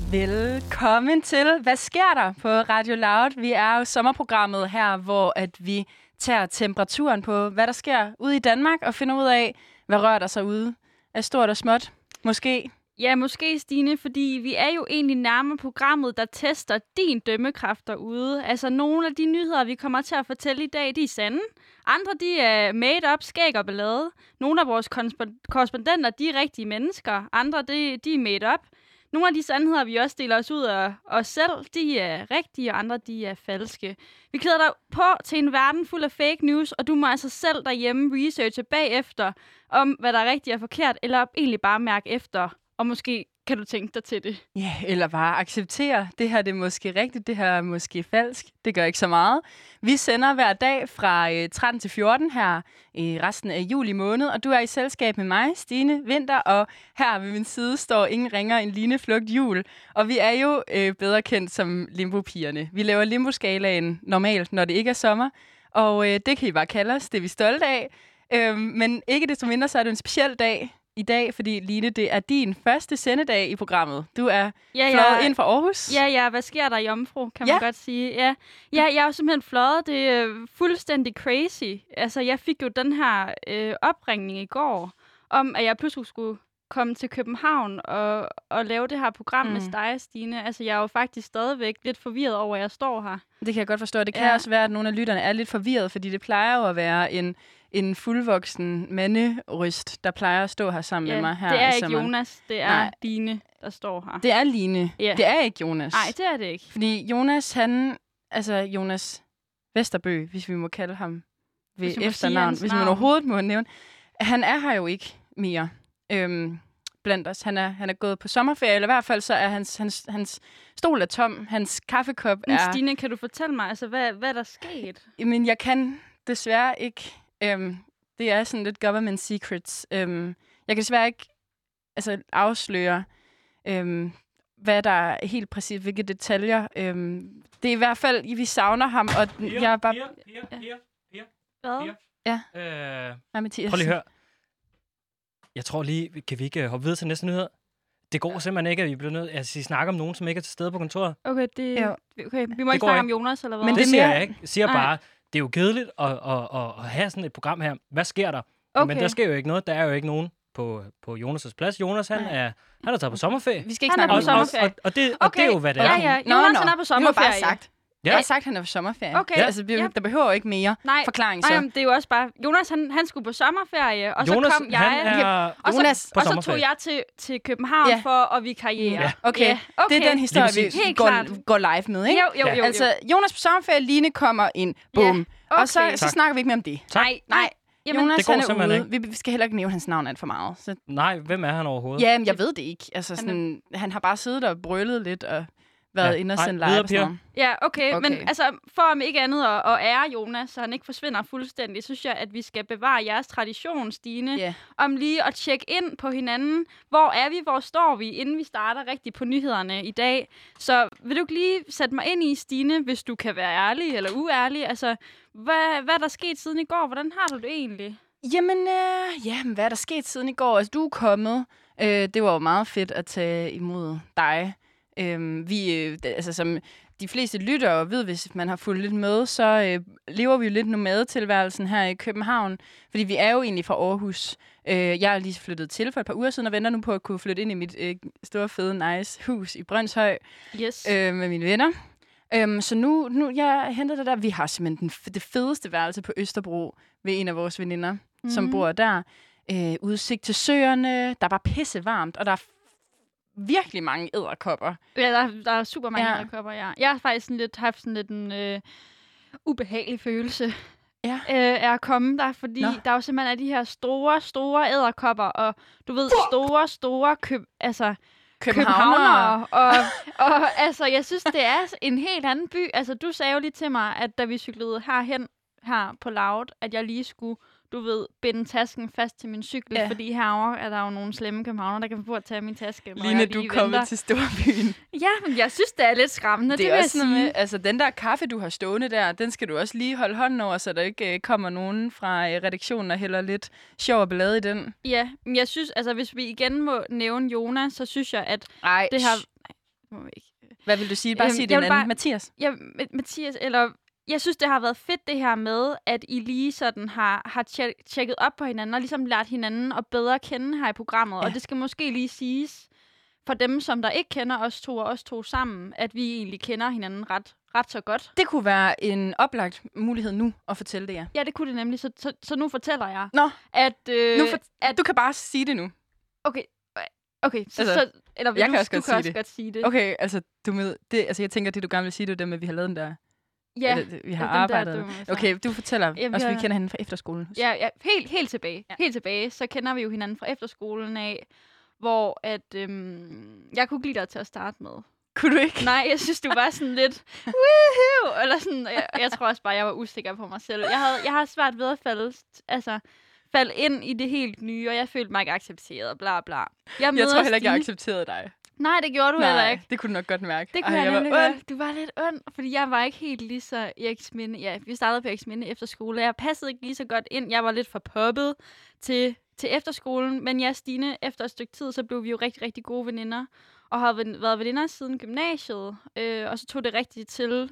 Velkommen til. Hvad sker der på Radio Loud? Vi er jo sommerprogrammet her, hvor at vi tager temperaturen på, hvad der sker ude i Danmark, og finder ud af, hvad rører der sig ude af stort og småt. Måske. Ja, måske, Stine, fordi vi er jo egentlig nærmere programmet, der tester din dømmekraft derude. Altså, nogle af de nyheder, vi kommer til at fortælle i dag, de er sande. Andre, de er made up, skæg og ballade. Nogle af vores korrespondenter, de er rigtige mennesker. Andre, de er made up. Nogle af de sandheder, vi også deler os ud af os selv, de er rigtige, og andre, de er falske. Vi klæder dig på til en verden fuld af fake news, og du må altså selv derhjemme researche bagefter, om hvad der er rigtigt og forkert, eller egentlig bare mærke efter, og måske kan du tænke dig til det. Ja, eller bare acceptere. Det her det er måske rigtigt, det her er måske falsk. Det gør ikke så meget. Vi sender hver dag fra 13 til 14 her i resten af juli måned, og du er i selskab med mig, Stine Vinter, og her ved min side står ingen ringer en Line Flugt Jul. Og vi er jo bedre kendt som limbo-pigerne. Vi laver limbo-skalaen normalt, når det ikke er sommer, og det kan I bare kalde os. Det er vi stolte af. Men ikke desto mindre, så er det en speciel dag i dag, fordi Line, det er din første sendedag i programmet. Du er fløjet ind fra Aarhus. Ja, hvad sker der, jomfru, kan man godt sige. Ja, jeg er jo simpelthen fløjet. Det er fuldstændig crazy. Altså, jeg fik jo den her opringning i går, om at jeg pludselig skulle komme til København og lave det her program med dig, Stine. Altså, jeg er jo faktisk stadigvæk lidt forvirret over, at jeg står her. Det kan jeg godt forstå. Det kan også være, at nogle af lytterne er lidt forvirret, fordi det plejer jo at være en fuldvoksen manderyst, der plejer at stå her sammen med mig her. Det er ikke Jonas, det er Line, der står her. Det er Line. Yeah. Det er ikke Jonas. Nej, det er det ikke. Fordi Jonas, Jonas Vesterbø, hvis vi må kalde ham ved efternavn, hvis man overhovedet må nævne, han er her jo ikke mere blandt os. Han er gået på sommerferie, eller i hvert fald så er hans stol er tom, hans kaffekop Men Stine, kan du fortælle mig, altså, hvad der er sket? Men jeg kan desværre ikke. Det er sådan lidt government secrets. Jeg kan desværre ikke afsløre, hvad der er helt præcis, hvilke detaljer. Det er i hvert fald, vi savner ham, og jeg er bare... Hvad? Ja. Mathias. Prøv lige at høre. Jeg tror lige, kan vi ikke hoppe videre til næste nyhed? Det går simpelthen ikke, at vi bliver nødt til at snakke om nogen, som ikke er til stede på kontoret. Okay, vi må ikke snakke om Jonas, eller hvad? Men det siger jeg ikke. Jeg siger bare, det er jo kedeligt at have sådan et program her. Hvad sker der? Okay. Men der sker jo ikke noget. Der er jo ikke nogen på Jonas' plads. Jonas, han er taget på sommerferie. Vi skal ikke snakke om sommerferie. Og det er jo, hvad det er. Ja. Jonas, han er på sommerferie. Det var bare sagt. Jeg har sagt, at han er på sommerferie. Okay. Der behøver jo ikke mere forklaring. Nej, det er jo også bare... Jonas, han skulle på sommerferie, og Jonas, så kom jeg... Og så tog jeg til København for at vikariere. Ja. Okay. Det er den historie, vi går live med, ikke? Jo. Altså, Jonas på sommerferie, Line kommer ind. Boom. Okay. Og så snakker vi ikke mere om det. Nej. Jamen, Jonas, han er ude. Vi skal heller ikke nævne hans navn alt for meget. Så... Nej, hvem er han overhovedet? Ja, jeg ved det ikke. Altså, han har bare siddet og brøllet lidt og været inde og sendt live og sådan. Ja, okay. Men altså, for om ikke andet at ære Jonas, så han ikke forsvinder fuldstændig, synes jeg, at vi skal bevare jeres tradition, Stine, om lige at tjekke ind på hinanden. Hvor er vi? Hvor står vi? Inden vi starter rigtig på nyhederne i dag. Så vil du ikke lige sætte mig ind i, Stine, hvis du kan være ærlig eller uærlig? Altså, hvad er der sket siden i går? Hvordan har du det egentlig? Jamen, hvad er der sket siden i går? Altså, du er kommet. Det var jo meget fedt at tage imod dig. Som de fleste lyttere ved, hvis man har fulgt lidt med, så lever vi jo lidt nomadetilværelsen her i København, fordi vi er jo egentlig fra Aarhus. Jeg er lige flyttet til for et par uger siden, og venter nu på at kunne flytte ind i mit store, fede, nice hus i Brønshøj med mine venner. Så nu jeg henter det der. Vi har simpelthen det fedeste værelse på Østerbro ved en af vores veninder, som bor der. Udsigt til søerne, der er bare pisse varmt, og der er virkelig mange edderkopper. Ja, der er super mange edderkopper, ja. Jeg har faktisk haft sådan lidt en ubehagelig følelse af at komme der, fordi der jo simpelthen er de her store edderkopper, og du ved, store københavnere. Og altså, jeg synes, det er en helt anden by. Altså, du sagde jo lige til mig, at da vi cyklede her på Loud, at jeg lige skulle, du ved, binde tasken fast til min cykel, fordi herovre er der jo nogle slemme københavner, der kan få at tage min taske. Lige du er kommet til storbyen. Ja, men jeg synes, det er lidt skræmmende, det vil jeg sige. Med, altså, den der kaffe, du har stående der, den skal du også lige holde hånden over, så der ikke kommer nogen fra redaktionen og hælder lidt sjov og ballade i den. Ja, men jeg synes, altså, hvis vi igen må nævne Jonas, så synes jeg, at det her... ikke. Hvad vil du sige? Bare sige det en anden. Mathias? Ja, Mathias, eller... Jeg synes, det har været fedt det her med, at I lige sådan har tjekket op på hinanden, og ligesom lært hinanden at bedre kende her i programmet. Ja. Og det skal måske lige siges for dem, som der ikke kender os to sammen, at vi egentlig kender hinanden ret så godt. Det kunne være en oplagt mulighed nu at fortælle det, ja. Ja, det kunne det nemlig. Så nu fortæller jeg. Nå, at du kan bare sige det nu. Okay, eller jeg kan også godt sige det. Okay, altså, jeg tænker, det du gerne vil sige, det er det med, at vi har lavet den der... Ja, vi har arbejdet. Okay, du fortæller. Vi kender hinanden fra efterskolen. Ja, helt tilbage. Ja. Helt tilbage, så kender vi jo hinanden fra efterskolen af, hvor at jeg kunne lide dig til at starte med. Kunne du ikke? Nej, jeg synes, du var sådan lidt woohoo, eller sådan. Jeg tror også bare, jeg var usikker på mig selv. Jeg har svært ved at falde ind i det helt nye, og jeg følte mig ikke accepteret, bla bla. Jeg tror heller ikke, jeg accepterede dig. Nej, det gjorde du heller ikke. Det kunne du nok godt mærke. Det kunne jeg nemlig godt. Du var lidt ond, fordi jeg var ikke helt lige så i Eksminde. Ja, vi startede på Eksminde efter skole. Jeg passede ikke lige så godt ind. Jeg var lidt for poppet til efterskolen. Men ja, Stine, efter et stykke tid, så blev vi jo rigtig, rigtig gode veninder. Og har været veninder siden gymnasiet. Og så tog det rigtigt til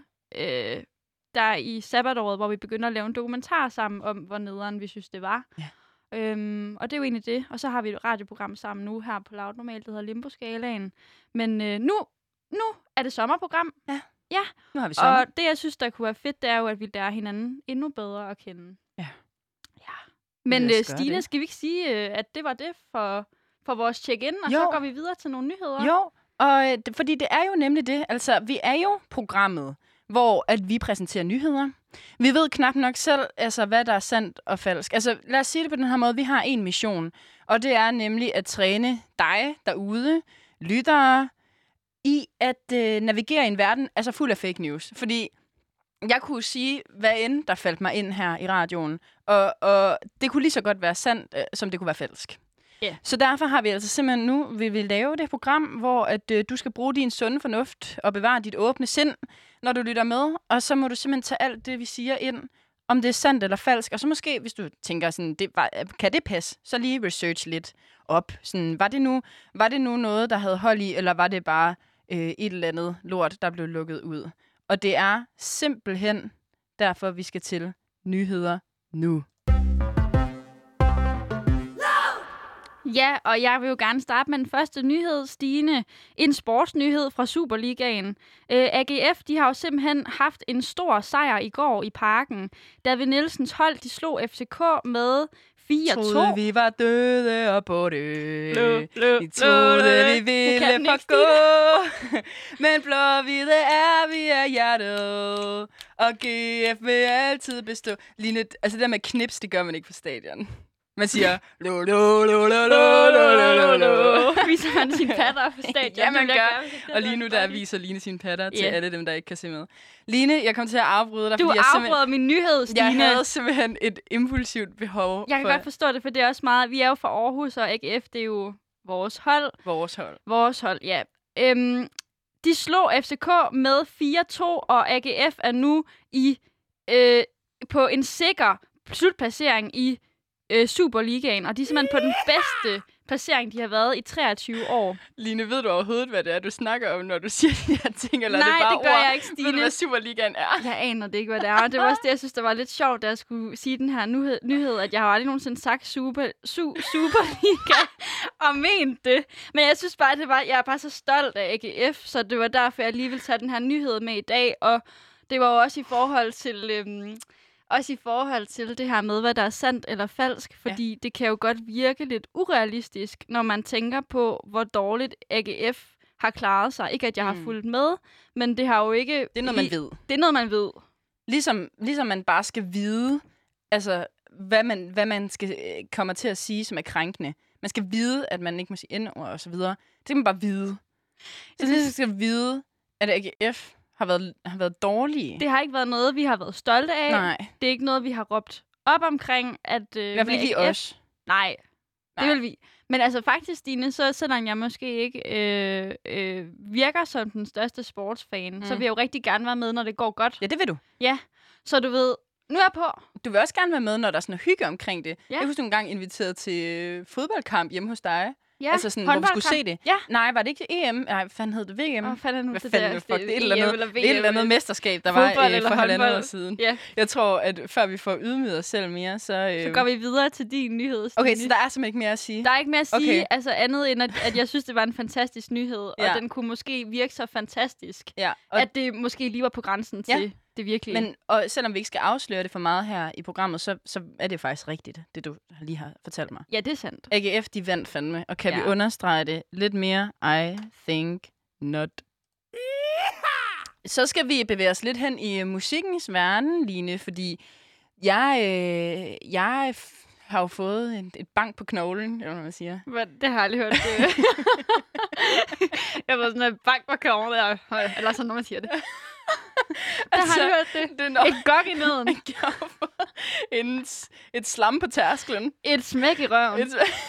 der i sabbatåret, hvor vi begyndte at lave en dokumentar sammen om, hvor nederen vi synes, det var. Ja. Og det er jo egentlig det. Og så har vi et radioprogram sammen nu her på Loud Normalt, der hedder Limbo-skalaen. Men nu er det sommerprogram. Ja. Nu har vi sommer. Og det, jeg synes, der kunne være fedt, det er jo, at vi lærer hinanden endnu bedre at kende. Ja. Men Stine, skal vi ikke sige, at det var det for vores check-in, og så går vi videre til nogle nyheder? Jo, og fordi det er jo nemlig det. Altså, vi er jo programmet, hvor at vi præsenterer nyheder. Vi ved knap nok selv, altså, hvad der er sandt og falsk. Altså, lad os sige det på den her måde. Vi har en mission, og det er nemlig at træne dig derude, lyttere, i at navigere i en verden, altså fuld af fake news. Fordi jeg kunne sige, hvad end der faldt mig ind her i radioen, og det kunne lige så godt være sandt, som det kunne være falsk. Yeah. Så derfor har vi altså simpelthen nu, vi vil lave det program, hvor at du skal bruge din sunde fornuft og bevare dit åbne sind, når du lytter med, og så må du simpelthen tage alt det, vi siger ind, om det er sandt eller falsk, og så måske, hvis du tænker sådan, kan det passe, så lige research lidt op. Sådan, var det nu noget, der havde hold i, eller var det bare et eller andet lort, der blev lukket ud? Og det er simpelthen derfor, vi skal til nyheder nu. Ja, og jeg vil jo gerne starte med den første nyhed, Stine. En sportsnyhed fra Superligaen. AGF, de har jo simpelthen haft en stor sejr i går i Parken. David Nielsens hold, de slog FCK med 4-2. Troede vi var døde og på det. Vi troede vi ville forgå. Men blå-hvide er vi af hjertet. Og GF vil altid bestå. Line, altså det der med knips, det gør man ikke på stadion. Man siger, lo. Viser han sine patter på stadion? Ja, man gør. Og lige nu, der viser Line sine patter til alle dem, der ikke kan se med. Line, jeg kom til at afbryde dig. Du afbrød min nyhed, Stine. Jeg havde simpelthen et impulsivt behov. Jeg kan godt forstå det, for det er også meget... Vi er jo fra Aarhus, og AGF, det er jo vores hold. Vores hold, ja. De slog FCK med 4-2, og AGF er nu på en sikker slutplacering i Superligaen, og de er simpelthen på den bedste placering, de har været i 23 år. Line, ved du overhovedet, hvad det er, du snakker om, når du siger de her ting, eller nej, er det bare det gør ord? Jeg ikke, Stine. Ved du, hvad Superligaen er? Jeg aner det ikke, hvad det er. Og det var også det, jeg synes, der var lidt sjovt, da jeg skulle sige den her nyhed, at jeg har aldrig nogensinde sagt Superliga og ment det. Men jeg synes bare, jeg er bare så stolt af AGF, så det var derfor, jeg lige ville tage den her nyhed med i dag, og det var jo også i forhold til det her med, hvad der er sandt eller falsk, fordi det kan jo godt virke lidt urealistisk, når man tænker på, hvor dårligt AGF har klaret sig. Ikke, at jeg har fulgt med, men det har jo ikke... Det er noget, man ved. Det er noget, man ved. Ligesom man bare skal vide, altså, hvad man skal komme til at sige, som er krænkende. Man skal vide, at man ikke må sige n-ord og så videre. Det kan man bare vide. Så det skal vide, at AGF har været dårlige. Det har ikke været noget, vi har været stolte af. Nej. Det er ikke noget, vi har råbt op omkring, at... I hvert fald ikke os. Nej, det vil vi. Men altså faktisk, Stine, så selvom jeg måske ikke virker som den største sportsfan, så vil jeg jo rigtig gerne være med, når det går godt. Ja, det vil du. Ja, så du ved, nu er jeg på. Du vil også gerne være med, når der er sådan noget hygge omkring det. Ja. Jeg husker, du engang inviteret til fodboldkamp hjemme hos dig. Ja, altså sådan, hvor vi skulle se det. Ja. Nej, var det ikke EM? Nej, hvad fanden hed det? VM? Hvad fanden det er et eller andet mesterskab, der fodbold var eller for halvandet år håndbold. siden. Ja. Jeg tror, at før vi får ydmyget os selv mere, så går vi videre til din nyhed, Stine. Okay, så der er simpelthen ikke mere at sige? Der er ikke mere at sige, altså andet end, at jeg synes, det var en fantastisk nyhed, og den kunne måske virke så fantastisk, at det måske lige var på grænsen til det virkelige. Men og selvom vi ikke skal afsløre det for meget her i programmet, så er det faktisk rigtigt, det du lige har fortalt mig. Ja, det er sandt. AGF, de vandt fandme, og kan vi understrege det lidt mere? I think not. Så skal vi bevæge os lidt hen i musikkens verden, Line, fordi jeg har jo fået et bank på knoglen, eller hvad man siger. Det har jeg aldrig hørt. Jeg var sådan en bank på knoglen, eller sådan, når man siger det. Altså, har hørt det. Et gok i nøden. Et slam på tærsklen. Et smæk i røven.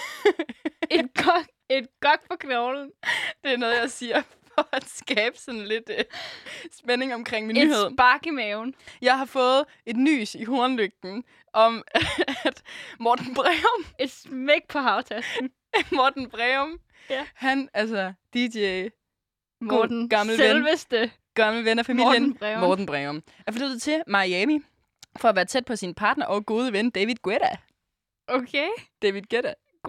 Et gok på knoglen. Det er noget, jeg siger for at skabe sådan lidt spænding omkring min nyhed. Et spark i maven. Jeg har fået et nys i hornlygten om, at Morten Breum... Et smæk på havtasken. Morten Breum, han, altså DJ... Morten, gammel selveste... Gammel ven af familien, Morten Breum, er flyttet til Miami for at være tæt på sin partner og gode ven, David Guetta. Okay. David Guetta.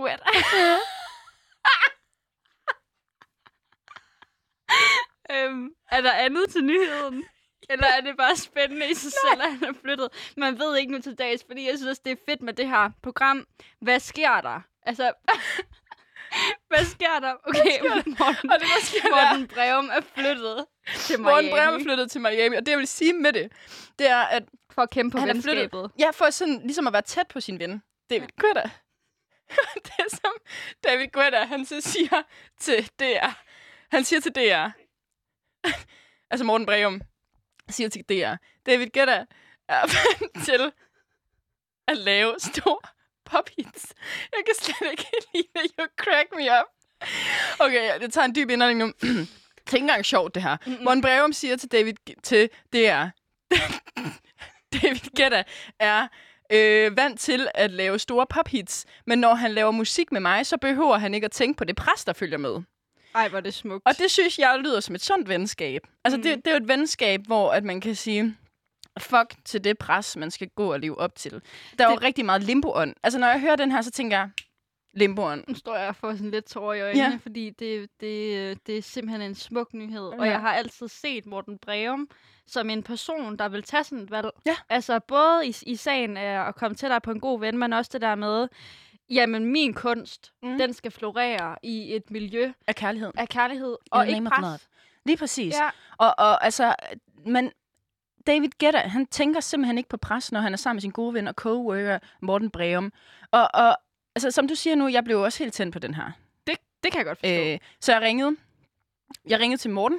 Er der andet til nyheden? Eller er det bare spændende i sig selv, at han er flyttet? Man ved ikke nu til dags, fordi jeg synes, det er fedt med det her program. Hvad sker der? Altså... Hvad sker der? Okay, Morten Breum er flyttet til Miami. Morten Breum er flyttet til Miami, og det jeg vil sige med det er, at... For at kæmpe på venskabet. Ja, for sådan ligesom at være tæt på sin ven. David Guetta. Det er som David Guetta, han så siger til DR. Han siger til DR. Altså Morten Breum siger til DR. David Guetta er til at lave stor pop-hits. Jeg kan slet ikke lide det. You crack me up. Okay, det tager en dyb indånding nu. Det er ikke engang sjovt, det her. Morten Breum siger til DR. David Guetta er vant til at lave store pop-hits, men når han laver musik med mig, så behøver han ikke at tænke på det pres, der følger med. Ej, hvor det smukt. Og det synes jeg lyder som et sundt venskab. Altså, det er jo et venskab, hvor at man kan sige... Fuck til det pres, man skal gå og leve op til. Der er jo rigtig meget limbo-ånd. Altså, når jeg hører den her, så tænker jeg, limbo-ånd. Nu står jeg og får sådan lidt tårer i øjnene, fordi det er simpelthen en smuk nyhed. Og jeg har altid set Morten Breum som en person, der vil tage sådan et valg. Ja. Altså, både i sagen af at komme tættere på en god ven, men også det der med, jamen, min kunst, den skal florere i et miljø af kærlighed. Og ikke pres. Lige præcis. Ja. Og altså, men... David Guetta, han tænker simpelthen ikke på pres, når han er sammen med sin gode ven og co-worker Morten Breum. Og altså, som du siger nu, jeg blev også helt tændt på den her. Det kan jeg godt forstå. Så jeg ringede til Morten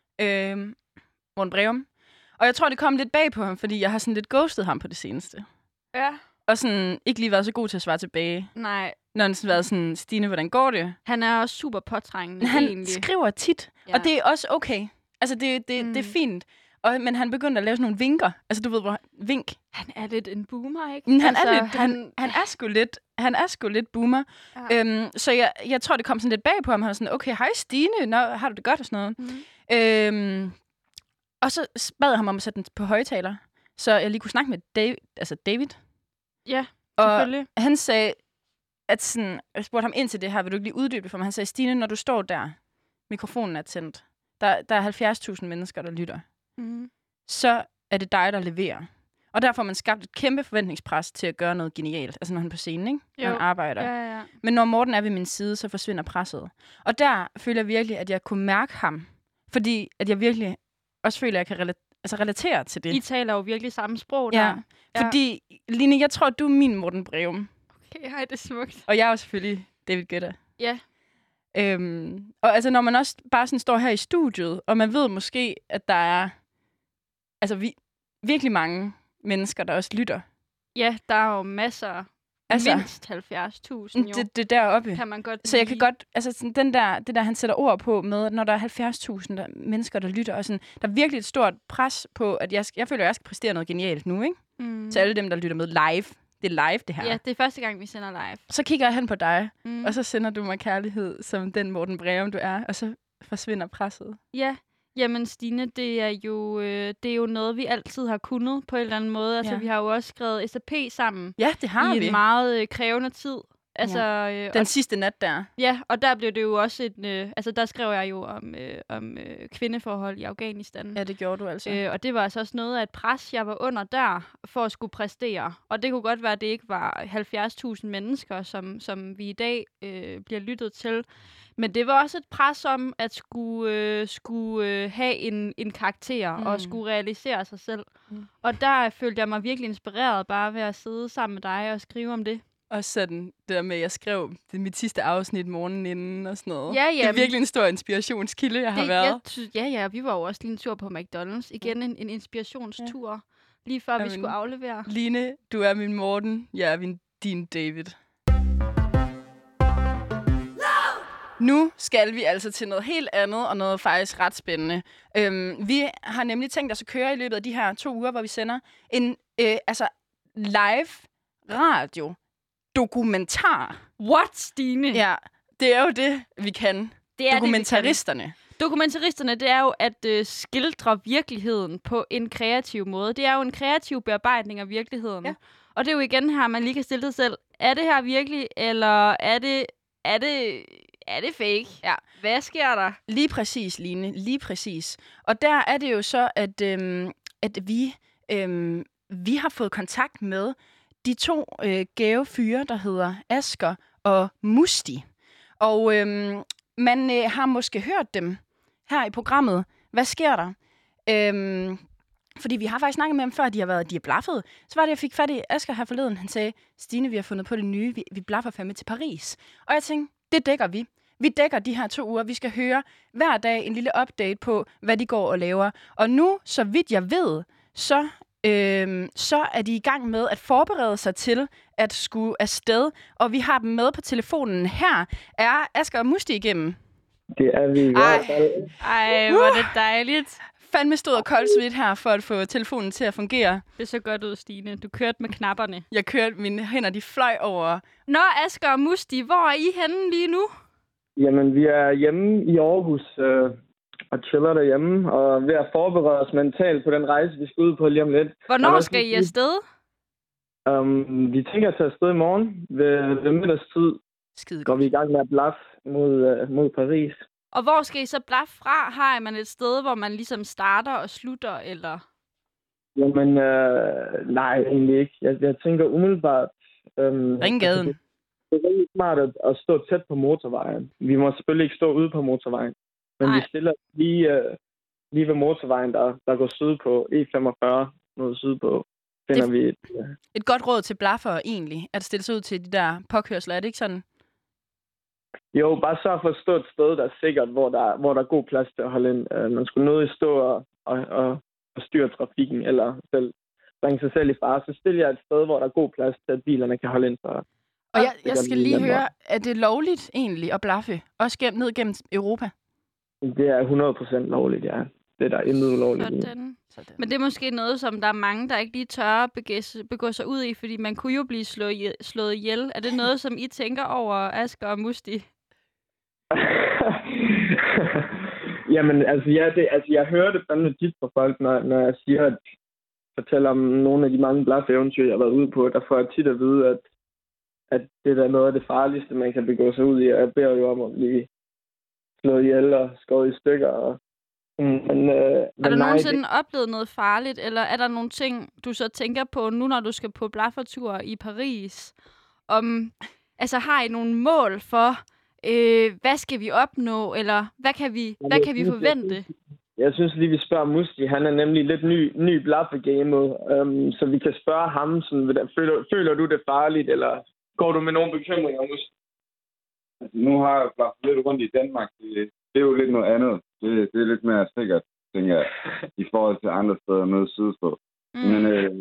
Breum, og jeg tror, det kom lidt bag på ham, fordi jeg har sådan lidt ghostet ham på det seneste. Ja. Og sådan ikke lige været så god til at svare tilbage. Nej. Når han sådan været sådan, Stine, hvordan går det? Han er også super påtrængende, han egentlig. Skriver tit, og det er også okay. Altså, det er fint. Men han begyndte at lave sådan nogle vinker. Altså, du ved, hvor vink. Han er lidt en boomer, ikke? Han er sgu lidt boomer. Ja. Så jeg tror, det kom sådan lidt bag på ham. Han var sådan, okay, hej Stine, har du det godt og sådan noget. Og så bad jeg ham om at sætte den på højtaler, så jeg lige kunne snakke med David. Ja, selvfølgelig. Og han sagde, at sådan, jeg spurgte ham ind til det her, vil du ikke lige uddybe det for mig? Han sagde, Stine, når du står der, mikrofonen er tændt, der er 70.000 mennesker, der lytter. Så er det dig, der leverer. Og derfor har man skabt et kæmpe forventningspres til at gøre noget genialt. Altså når han er på scenen, ikke? Når han arbejder. Ja. Men når Morten er ved min side, så forsvinder presset. Og der føler jeg virkelig, at jeg kunne mærke ham. Fordi at jeg virkelig også føler, at jeg kan relatere til det. I taler jo virkelig samme sprog der. Ja. Fordi, Line, jeg tror, du er min Morten Breum. Okay, hej, det er smukt. Og jeg er jo selvfølgelig David Guetta. Ja. Og altså, når man også bare sådan står her i studiet, og man ved måske, at der er virkelig mange mennesker, der også lytter. Ja, der er jo masser. Altså, mindst 70.000 jo. Det deroppe. Kan man godt så jeg kan godt, altså sådan, det der, han sætter ord på med, at når der er 70.000 mennesker, der lytter, og sådan, der er virkelig et stort pres på, at jeg føler, at jeg skal præstere noget genialt nu, ikke? Til alle dem, der lytter med live. Det er live, det her. Ja, det er første gang, vi sender live. Så kigger jeg hen på dig, og så sender du mig kærlighed, som den Morten Breum, du er, og så forsvinder presset. Ja, jamen Stine, det er jo noget, vi altid har kunnet på en eller anden måde. Altså, vi har jo også skrevet SAP sammen. Ja, det har vi. I en meget krævende tid. Altså, den sidste nat der. Ja, og der blev det jo også der skrev jeg jo om kvindeforhold i Afghanistan. Ja, det gjorde du altså. Og det var altså også noget af et pres, jeg var under der, for at skulle præstere. Og det kunne godt være, at det ikke var 70.000 mennesker, som vi i dag bliver lyttet til. Men det var også et pres om, at skulle have en karakter og skulle realisere sig selv. Og der følte jeg mig virkelig inspireret bare ved at sidde sammen med dig og skrive om det. Og sådan der med, at jeg skrev det mit sidste afsnit morgenen inden og sådan noget. Ja, det er virkelig en stor inspirationskilde, jeg har været. Vi var jo også lige en tur på McDonald's. Igen en inspirationstur, lige før vi skulle aflevere. Line, du er min Morten, jeg er din David. Nu skal vi altså til noget helt andet, og noget faktisk ret spændende. Vi har nemlig tænkt os at køre i løbet af de her 2 uger, hvor vi sender en live radio dokumentar. What, Stine? Ja, det er jo det, vi kan. Det er dokumentaristerne. Det, vi kan. Dokumentaristerne, det er jo at skildre virkeligheden på en kreativ måde. Det er jo en kreativ bearbejdning af virkeligheden. Ja. Og det er jo igen her, man lige kan stille sig selv. Er det her virkelig, eller er det fake? Ja. Hvad sker der? Lige præcis, Line. Lige præcis. Og der er det jo så, at vi har fået kontakt med de 2 gave fyre, der hedder Asger og Musti. Og man har måske hørt dem her i programmet. Hvad sker der? Fordi vi har faktisk snakket med dem før, de har blaffet. Så var det, jeg fik fat i Asger her forleden. Han sagde, Stine, vi har fundet på det nye. Vi blaffer fandme til Paris. Og jeg tænkte, det dækker vi. Vi dækker de her 2 uger. Vi skal høre hver dag en lille update på, hvad de går og laver. Og nu, så vidt jeg ved, så er de i gang med at forberede sig til at skulle afsted. Og vi har dem med på telefonen. Her er Asger og Musti igennem. Det er vi i hvert fald. Ej, hvor er det dejligt. Fandme stod og koldt her for at få telefonen til at fungere. Det så godt ud, Stine. Du kørte med knapperne. Jeg kørte, mine hænder, de fløj over. Nå, Asger og Musti, hvor er I henne lige nu? Jamen, vi er hjemme i Aarhus og chiller derhjemme, og ved at forberede os mentalt på den rejse, vi skal ud på lige om lidt. Hvornår skal I afsted? Vi tænker at tage afsted i morgen ved middagstid. Går vi i gang med at blaffe mod Paris. Og hvor skal I så blaffe fra? Har man et sted, hvor man ligesom starter og slutter, eller? Jamen, nej, egentlig ikke. Jeg tænker umiddelbart... Ringgaden. Det er rigtig smart at stå tæt på motorvejen. Vi må selvfølgelig ikke stå ude på motorvejen. Men vi stiller lige ved motorvejen, der går syd på E45, noget sydpå. Finder vi et godt råd til blaffer egentlig, at stille sig ud til de der påkørsler. Er det ikke sådan? Jo, bare sørg for at stå et sted, der er sikkert, hvor der er god plads til at holde ind. Man skulle nødt stå og styre trafikken, eller selv bringe sig selv i fare. Så stiller jeg et sted, hvor der er god plads til, at bilerne kan holde ind for. Og jeg skal lige høre, er det lovligt egentlig at blaffe? Også ned gennem Europa? Det er 100% lovligt, ja. Det er der intet ulovligt. Sådan. Men det er måske noget, som der er mange, der ikke lige tør at begå sig ud i, fordi man kunne jo blive slået ihjel. Er det noget, som I tænker over, Asger og Musti? Jamen, jeg hører det fandme tit fra folk, når jeg siger, at fortæller om nogle af de mange blaffe-eventyr, jeg har været ude på. Der får jeg tit at vide, at det er noget af det farligste, man kan begå sig ud i. Og jeg beder jo om at blive slået ihjel og skåret i stykker. Har du nogensinde oplevet noget farligt, eller er der nogle ting, du så tænker på nu, når du skal på blaffertur i Paris? Har I nogle mål for, hvad skal vi opnå, eller hvad kan vi forvente? Jeg synes lige, vi spørger Musti. Han er nemlig lidt ny blaffe-gamet, så vi kan spørge ham, sådan, føler du det farligt, eller går du med nogle bekymringer, Musti? Nu har jeg blaffet lidt rundt i Danmark. Det er jo lidt noget andet. Det er lidt mere sikkert, tænker jeg, i forhold til andre steder noget sydpå. Men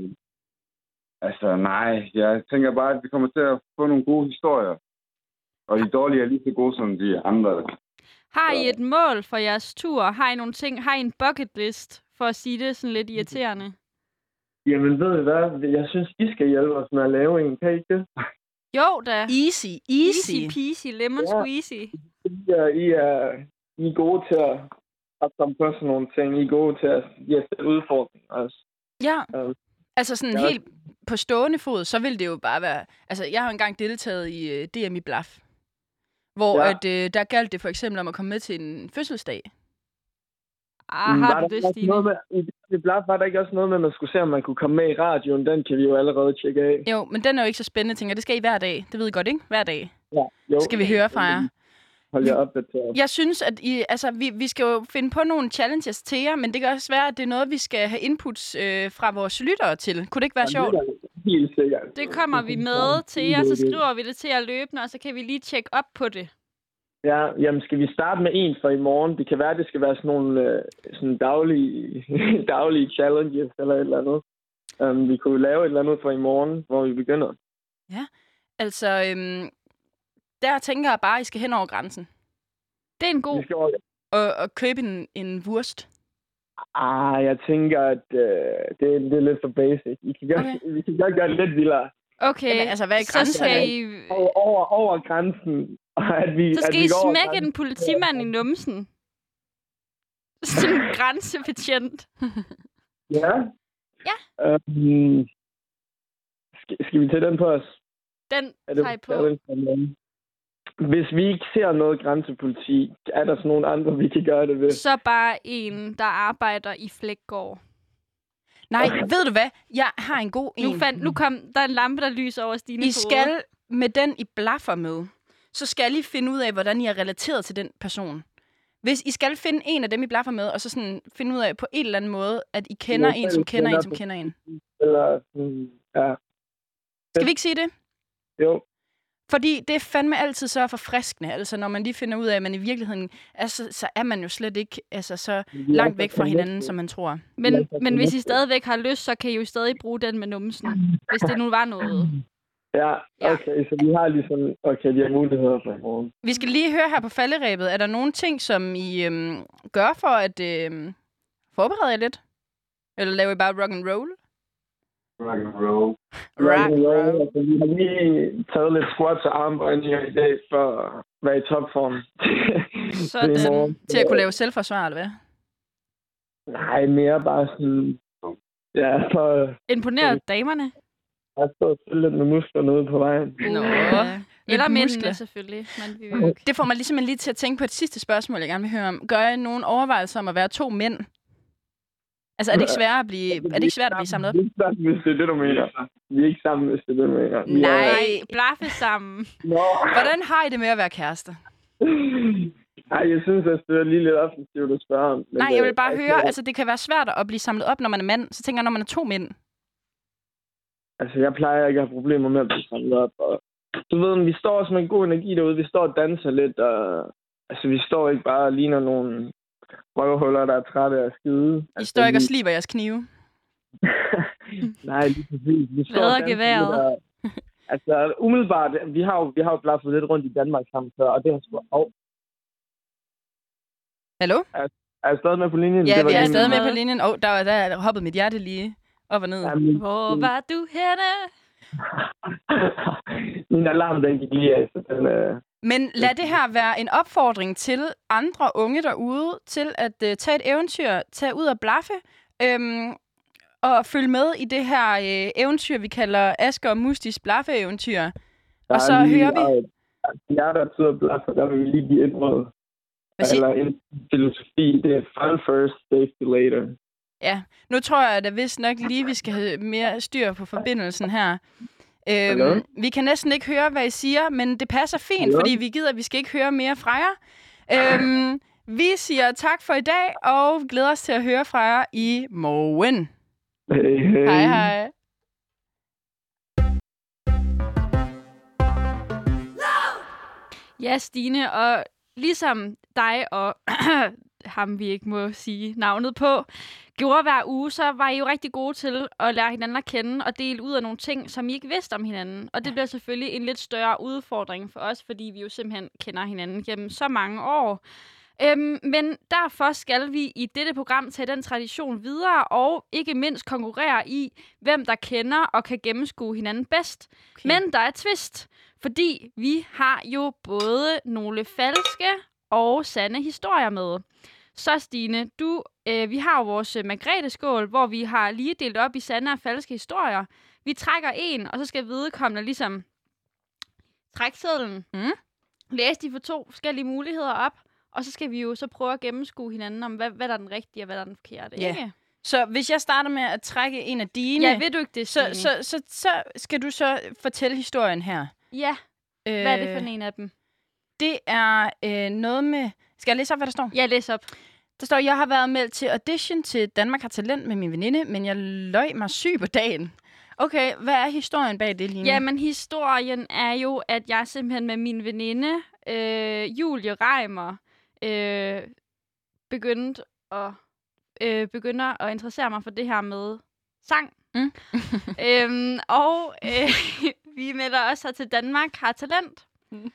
nej, jeg tænker bare, at vi kommer til at få nogle gode historier. Og de dårlige er lige så gode som de andre. Har I et mål for jeres tur? Har I nogle ting? Har I en bucket list, for at sige det sådan lidt irriterende? Jamen, ved du hvad? Jeg synes, I skal hjælpe os med at lave en. Kan I ikke det? Jo da. Easy. Easy peasy, lemon squeezy. I er gode til at komme på sådan nogle ting. I er gode til at sætte udfordringer også. Ja. Altså sådan helt på stående fod, så vil det jo bare være... Altså, jeg har engang deltaget i DM i Blaf, hvor der galt det for eksempel om at komme med til en fødselsdag. Har du det, Stine? I Blaf var der ikke også noget med, at man skulle se, om man kunne komme med i radioen. Den kan vi jo allerede tjekke af. Jo, men den er jo ikke så spændende, tænker jeg. Det skal I hver dag. Det ved I godt, ikke? Hver dag. Ja, jo. Skal vi høre fra jer. Hold jer opdateret. Jeg synes, at vi skal jo finde på nogle challenges til jer, men det kan også være, at det er noget, vi skal have inputs fra vores lyttere til. Kunne det ikke være sjovt? Helt sikkert. Det kommer vi med til jer, så skriver vi det til jer løbende, og så kan vi lige tjekke op på det. Ja, jamen skal vi starte med en for i morgen? Det kan være, det skal være sådan nogle daglige challenges eller et eller andet. Vi kunne lave et eller andet for i morgen, hvor vi begynder. Ja, altså der tænker jeg bare, at I skal hen over grænsen. Det er en god. Og købe en wurst. Jeg tænker, at det er lidt for basic. Vi kan godt gøre det lidt vildere. Okay, jamen, altså, hvad er grænsen? Så skal I... Over grænsen. Så skal I smække en politimand i numsen. Sådan en grænsebetjent. Ja. Skal vi tage den på os? Den tager I på. Hvis vi ikke ser noget grænsepoliti, er der sådan nogle andre, vi kan gøre det ved? Så bare en, der arbejder i Flækgaard. Nej, ved du hvad? Jeg har en god en. Nu kom der en lampe, der lyser over Stines I skal med den, I blaffer med, så skal I finde ud af, hvordan I er relateret til den person. Hvis I skal finde en af dem, I blaffer med, og så sådan finde ud af på en eller anden måde, at I kender en, som kender en, som kender en. Eller, ja. Skal vi ikke sige det? Jo. Fordi det er fandme altid så forfriskende. Altså, når man lige finder ud af, at man i virkeligheden så er man jo slet ikke så langt væk fra hinanden, som man tror. Men hvis I stadigvæk har lyst, så kan I jo stadig bruge den med numsen. Hvis det nu var noget. Ja, okay. Så vi har ligesom... Okay, de har muligheder for i morgen. Vi skal lige høre her på falderæbet. Er der nogle ting, som I gør for at forberede jer lidt? Eller laver I bare rock and roll? Rock and roll. Altså, vi har lige taget lidt squats og armbøjninger i dag for at være i topform. Sådan. Til at kunne lave selvforsvar, eller hvad? Nej, mere bare sådan... Ja, for... Imponere damerne? Jeg står og spiller lidt med musklerne ude på vejen. Nå. Eller mændene, selvfølgelig. Men det får mig ligesom lige til at tænke på et sidste spørgsmål, jeg gerne vil høre om. Gør I nogle overvejelser om at være 2 mænd? Altså, er det ikke svært at blive samlet op? Vi er ikke sammen, hvis det er det, du mener. Vi er ikke sammen, hvis det er det, du mener. Nej, blaffe sammen. Hvordan har I det med at være kærester? Nej, jeg synes, at det er lige lidt offensivt at spørge om. Nej, jeg vil bare høre, altså det kan være svært at blive samlet op, når man er mand. Så tænker jeg, når man er 2 mænd. Altså, jeg plejer ikke at have problemer med at blive samlet op. Og du ved, vi står også med en god energi derude. Vi står og danser lidt, og altså, vi står ikke bare og ligner nogle røvhuller, der er trætte af at skide. I står ikke og sliber jeres knive? Nej, lige præcis. Vi står og geværet. Altså, umiddelbart, vi har jo blaffet lidt rundt i Danmark sammen før, og det har sgu... Hallo? Er jeg stadig med på linjen? Ja, vi er stadig med på linjen. Der hoppede mit hjerte lige op og ned. Jamen, hvor var du henne? Min alarm, den gik lige af, så den... Men lad det her være en opfordring til andre unge derude, til at tage et eventyr, tage ud og blaffe, og følge med i det her eventyr, vi kalder Asger og Mustis blaffe-eventyr. Og så hører vi... Jeg der sidder og blaffer, der vil vi lige give et råd. Eller en filosofi, det er fun first, safety later. Ja, nu tror jeg, at vist nok lige, vi skal have mere styr på forbindelsen her. Vi kan næsten ikke høre, hvad I siger, men det passer fint, fordi vi skal ikke høre mere fra jer. Vi siger tak for i dag, og glæder os til at høre fra jer i morgen. Hey. Hej, hej. Ja, Stine, og ligesom dig og ham, vi ikke må sige navnet på, gjorde hver uge, så var I jo rigtig gode til at lære hinanden at kende og dele ud af nogle ting, som I ikke vidste om hinanden. Og det bliver selvfølgelig en lidt større udfordring for os, fordi vi jo simpelthen kender hinanden gennem så mange år. Men derfor skal vi i dette program tage den tradition videre, og ikke mindst konkurrere i, hvem der kender og kan gennemskue hinanden bedst. Okay. Men der er twist, fordi vi har jo både nogle falske og sande historier med. Så Stine, vi har jo vores Margrethe-skål, hvor vi har lige delt op i sande og falske historier. Vi trækker en, og så skal vedkommende ligesom trække sedlen, læse de for 2 forskellige muligheder op, og så skal vi jo så prøve at gennemskue hinanden om, hvad der er den rigtige, og hvad der er den forkerte. Ja. Ikke? Så hvis jeg starter med at trække en af dine, ja, ved du ikke det, Stine? Så skal du så fortælle historien her. Ja. Hvad er det for en af dem? Det er noget med... Skal jeg læse op, hvad der står? Ja, læs op. Der står, jeg har været meldt til audition til Danmark har talent med min veninde, men jeg løj mig syg på dagen. Okay, hvad er historien bag det, Line? Jamen, historien er jo, at jeg simpelthen med min veninde, Julie Reimer, begynder at interessere mig for det her med sang. Vi melder også til Danmark har talent.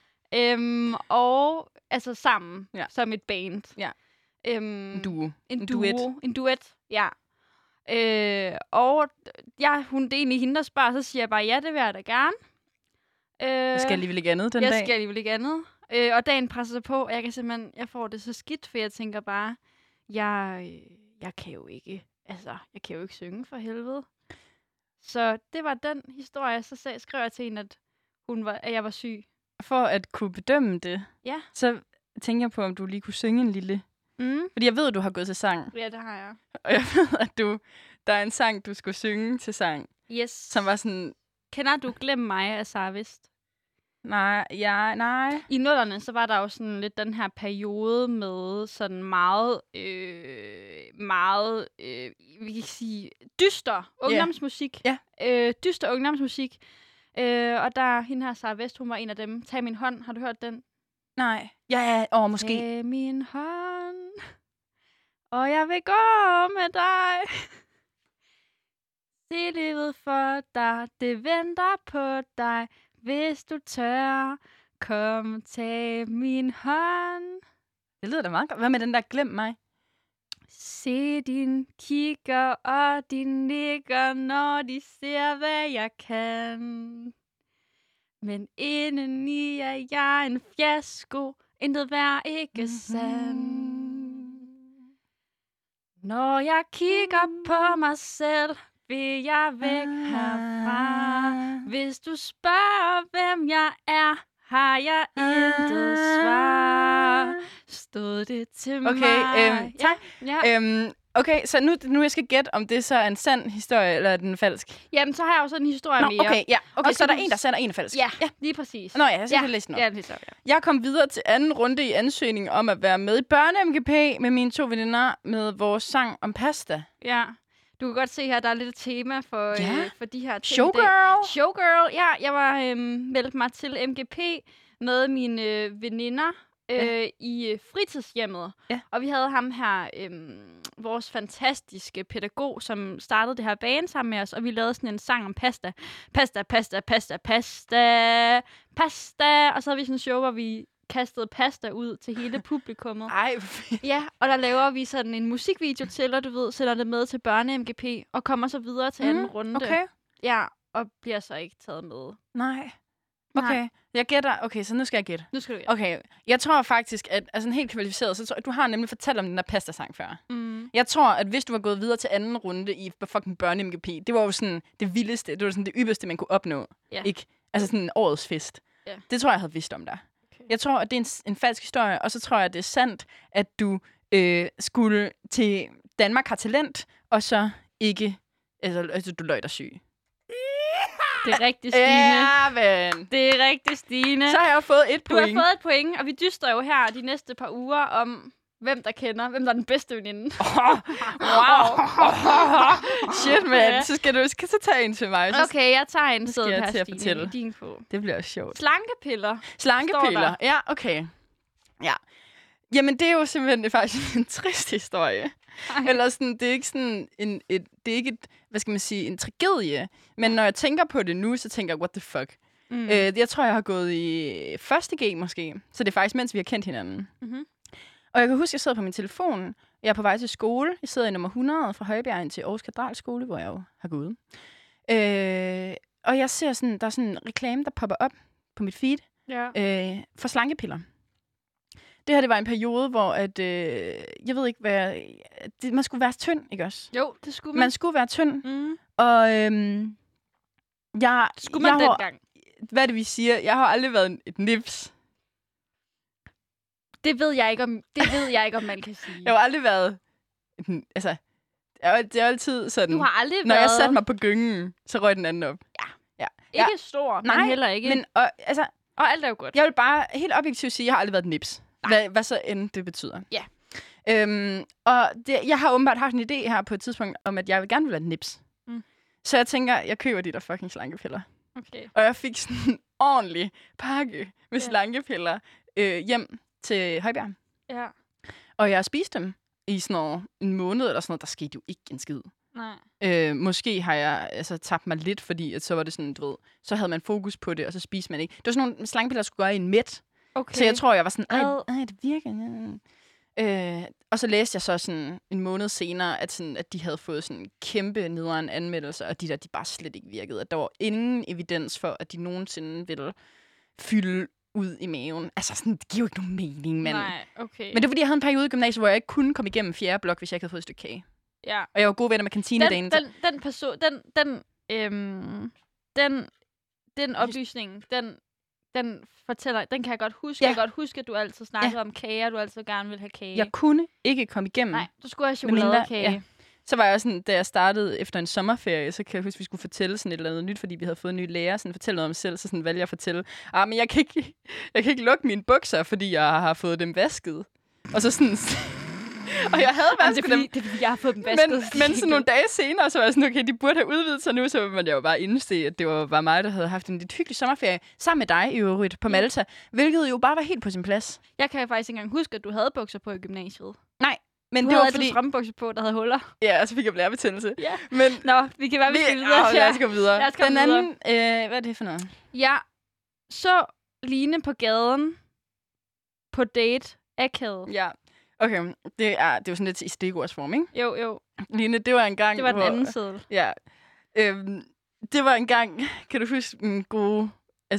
Og altså sammen, som et band. Ja. En duo. En duet, ja. Det er egentlig hende, der spørger, så siger jeg bare, ja, det vil jeg da gerne. Jeg skal alligevel ikke andet den dag. Jeg skal alligevel ikke andet. Og dagen presser sig på, og jeg får det så skidt, for jeg tænker bare, jeg kan jo ikke, synge for helvede. Så det var den historie, så skrev jeg til hende, at jeg var syg. For at kunne bedømme det, så tænker jeg på, om du lige kunne synge en lille. Fordi jeg ved, at du har gået til sang. Ja, det har jeg. Og jeg ved, at der er en sang, du skulle synge til sang. Yes. Som var sådan... Kender du Glem mig af Sarah Vest? Nej. I 00'erne, så var der jo sådan lidt den her periode med sådan meget, vi kan sige, dyster ungdomsmusik. Dyster ungdomsmusik. Og der, hende her, Sarah Vest, hun var en af dem. Tag min hånd. Har du hørt den? Nej. Måske. Tag min hånd, og jeg vil gå med dig. Se livet for dig, det venter på dig. Hvis du tør, kom, tag min hånd. Det lyder da meget godt. Hvad med den der glem mig? Se din kigger og din nikker, når de ser, hvad jeg kan. Men indeni er jeg en fiasko, intet værd ikke sand. Når jeg kigger på mig selv, vil jeg væk herfra. Hvis du spørger, hvem jeg er, har jeg intet svar. Stod det til mig. Okay, tak. Ja. Okay, så nu jeg skal gætte, om det så er en sand historie, eller er den falsk? Jamen, så har jeg jo sådan en historie mere. Okay, så er der en, der sender en falsk. Ja, lige præcis. Nå ja, så skal jeg læse den op. Ja, det så, Jeg kom videre til anden runde i ansøgningen om at være med i børne-MGP med mine 2 veninder med vores sang om pasta. Ja. Du kan godt se her, der er lidt et tema for de her ting. Showgirl, ja. Jeg var meldt mig til MGP med mine veninder i fritidshjemmet. Ja. Og vi havde ham her, vores fantastiske pædagog, som startede det her band sammen med os, og vi lavede sådan en sang om pasta. Pasta. Og så havde vi sådan en show, hvor vi kastede pasta ud til hele publikummet. Ej, ja, og der laver vi sådan en musikvideo til, og du ved, sætter det med til børne-MGP, og kommer så videre til anden runde. Okay. Ja, og bliver så ikke taget med. Nej. Okay, jeg gætter. Okay, så nu skal jeg gætte. Nu skal du gætte. Okay, jeg tror faktisk, at altså helt kvalificeret, så du har nemlig fortalt om den der pasta-sang før. Jeg tror, at hvis du var gået videre til anden runde i fucking børne-MGP, det var jo sådan det vildeste, det var sådan det ypperste, man kunne opnå. Ja. Ikke? Altså sådan en årets fest. Ja. Det tror jeg havde vidst om dig. Jeg tror, at det er en falsk historie, og så tror jeg, at det er sandt, at du skulle til Danmark har talent, og så ikke... Altså, du løj dig syg. Det er rigtigt, Stine. Ja, men. Det er rigtigt, Stine. Så har jeg fået et point. Du har fået et point, og vi dyster jo her de næste par uger om, hvem der er den bedste veninde. Wow. Shit, man. Ja. Så skal du så tage en til mig. Okay, jeg tager en sæd her, Stine, i din på. Det bliver sjovt. Slankepiller. Ja, okay. Ja. Jamen, det er jo simpelthen faktisk en trist historie. Eller sådan, det er ikke sådan hvad skal man sige, en tragedie. Men når jeg tænker på det nu, så tænker jeg, what the fuck. Jeg tror, jeg har gået i 1. G måske. Så det er faktisk, mens vi har kendt hinanden. Og jeg kan huske, at jeg sidder på min telefon. Jeg er på vej til skole. Jeg sidder i nummer 100 fra Højbjerg ind til Aarhus Katedralskole, hvor jeg jo har gået. Og jeg ser sådan, der er sådan en reklame, der popper op på mit feed for slankepiller. Det her, det var en periode, hvor at, jeg ved ikke, man skulle være tynd, ikke også? Jo, det skulle man. Man skulle være tynd. Og skulle man dengang? Hvad er det, vi siger? Jeg har aldrig været et nips. Det ved jeg ikke, om man kan sige. Jeg har aldrig været... Altså, det er altid sådan... Du har aldrig når været... jeg satte mig på gyngen, så røg den anden op. Ja. Ikke stor, men heller ikke. Men, og alt er jo godt. Jeg vil bare helt objektivt sige, at jeg har aldrig været et nips. Hvad så end det betyder. Ja. Og jeg har åbenbart haft en idé her på et tidspunkt, om at jeg vil gerne vil være et nips. Så jeg tænker, jeg køber de der fucking slankepiller. Okay. Og jeg fik sådan en ordentlig pakke med slankepiller hjem til Højbjerg. Ja. Og jeg spiste dem i sådan en måned eller sådan noget. Der skete jo ikke en skid. Nej. Måske har jeg tabt mig lidt, fordi at så var det sådan, du ved, så havde man fokus på det, og så spiste man ikke. Det var sådan nogle slankepiller, der skulle gøre i en mæt. Okay. Så jeg tror, jeg var sådan, det virker. Og så læste jeg så sådan en måned senere, at de havde fået sådan en kæmpe nederen anmeldelse, og de bare slet ikke virkede. At der var ingen evidens for, at de nogensinde ville fylde ud i maven. Altså sådan, det giver jo ikke nogen mening, men... Nej, okay. Men det var, fordi jeg havde en periode i gymnasiet, hvor jeg ikke kunne komme igennem 4. blok, hvis jeg ikke havde fået et stykke kage. Ja. Og jeg var gode venner med kantinedagen. Den oplysning, den fortæller, den kan jeg godt huske. Ja. Jeg kan godt huske, at du altid snakkede om kage, og du altid gerne ville have kage. Jeg kunne ikke komme igennem. Nej, du skulle have chokoladekage. Ja. Så var jeg sådan, da jeg startede efter en sommerferie, så kan jeg huske, at vi skulle fortælle sådan et eller andet nyt, fordi vi havde fået en ny lærer, sådan fortælle noget om selv, så sådan valgte jeg at fortælle, men jeg kan ikke lukke mine bukser, fordi jeg har fået dem vasket. Og så sådan... Og jeg havde vasket dem. Det er fordi, jeg har fået dem vasket. Men sådan nogle dage senere, så var jeg sådan, okay, de burde have udvidet sig nu, så var jeg jo bare indse, at det var bare mig, der havde haft en lidt hyggelig sommerferie, sammen med dig i øvrigt på Malta, hvilket jo bare var helt på sin plads. Jeg kan faktisk ikke engang huske, at du havde bukser på i gymnasiet. Nej, men du det havde var fordi... strømpebukser på, der havde huller. Ja, og så fik jeg blærebetændelse. Ja. Men... Nå, vi kan være, vi skal videre. Lad os gå videre. Den anden, hvad er det for noget? Ja, så Line på gaden på date akavet. Ja. Okay, det er jo sådan lidt i stikkordsform, ikke? Jo. Line, det var en gang, det var den anden side. Ja. Det var en gang, kan du huske en gode,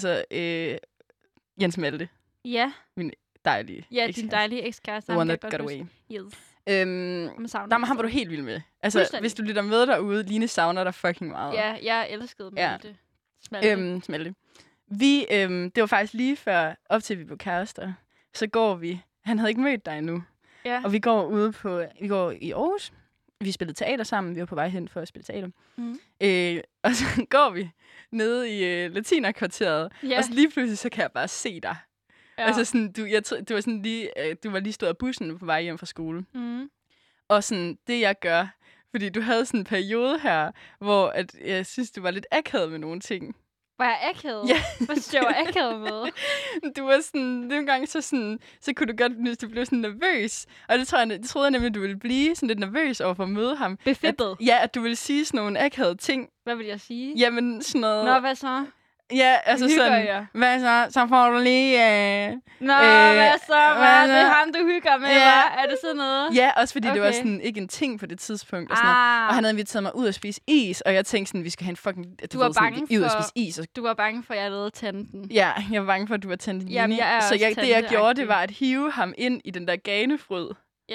Jens Malte? Ja. Min dejlige ekskæreste. Din dejlige ekskæreste. The one that got away. Yes. Ham var du helt vild med. Altså, hvis du lytter med derude, Line savner dig fucking meget. Ja, jeg elskede Malte. Smalte. Det var faktisk lige før, op til vi blev kærester, så går vi. Han havde ikke mødt dig endnu. Ja. Og vi går i Aarhus. Vi spillede teater sammen. Vi var på vej hen for at spille teater. Og så går vi nede i Latinerkvarteret. Ja. Og så lige pludselig, så kan jeg bare se dig. Ja. Altså sådan, du var sådan lige, du var lige stået af bussen på vej hjem fra skole. Og sådan, det jeg gør, fordi du havde sådan en periode her, hvor at jeg synes, du var lidt akavet med nogle ting. Var jeg akavet? Ja. Hvad synes jeg var akavet med? Du var sådan, nogle gange så kunne du godt, hvis du blev sådan nervøs. Og det troede jeg nemlig, du ville blive sådan lidt nervøs over for at møde ham. Befippet? At du ville sige sådan nogle akavede ting. Hvad vil jeg sige? Jamen sådan noget... Nå, hvad så? Ja, altså sådan... Jeg. Hvad så? Så får du lige... hvad så? Hvad det er ham, du hygger med, hva'? Er det sådan noget? Ja, også fordi det var sådan ikke en ting på det tidspunkt. Og, sådan noget. Og han havde inviteret mig ud at spise is, og jeg tænkte sådan, vi skal have en fucking... Du var bange for... ud at spise is. Du var bange for, at jeg lavede tanten. Ja, jeg var bange for, at du var tanten Line. Jamen, jeg er så også det jeg gjorde, det var at hive ham ind i den der ganefrød.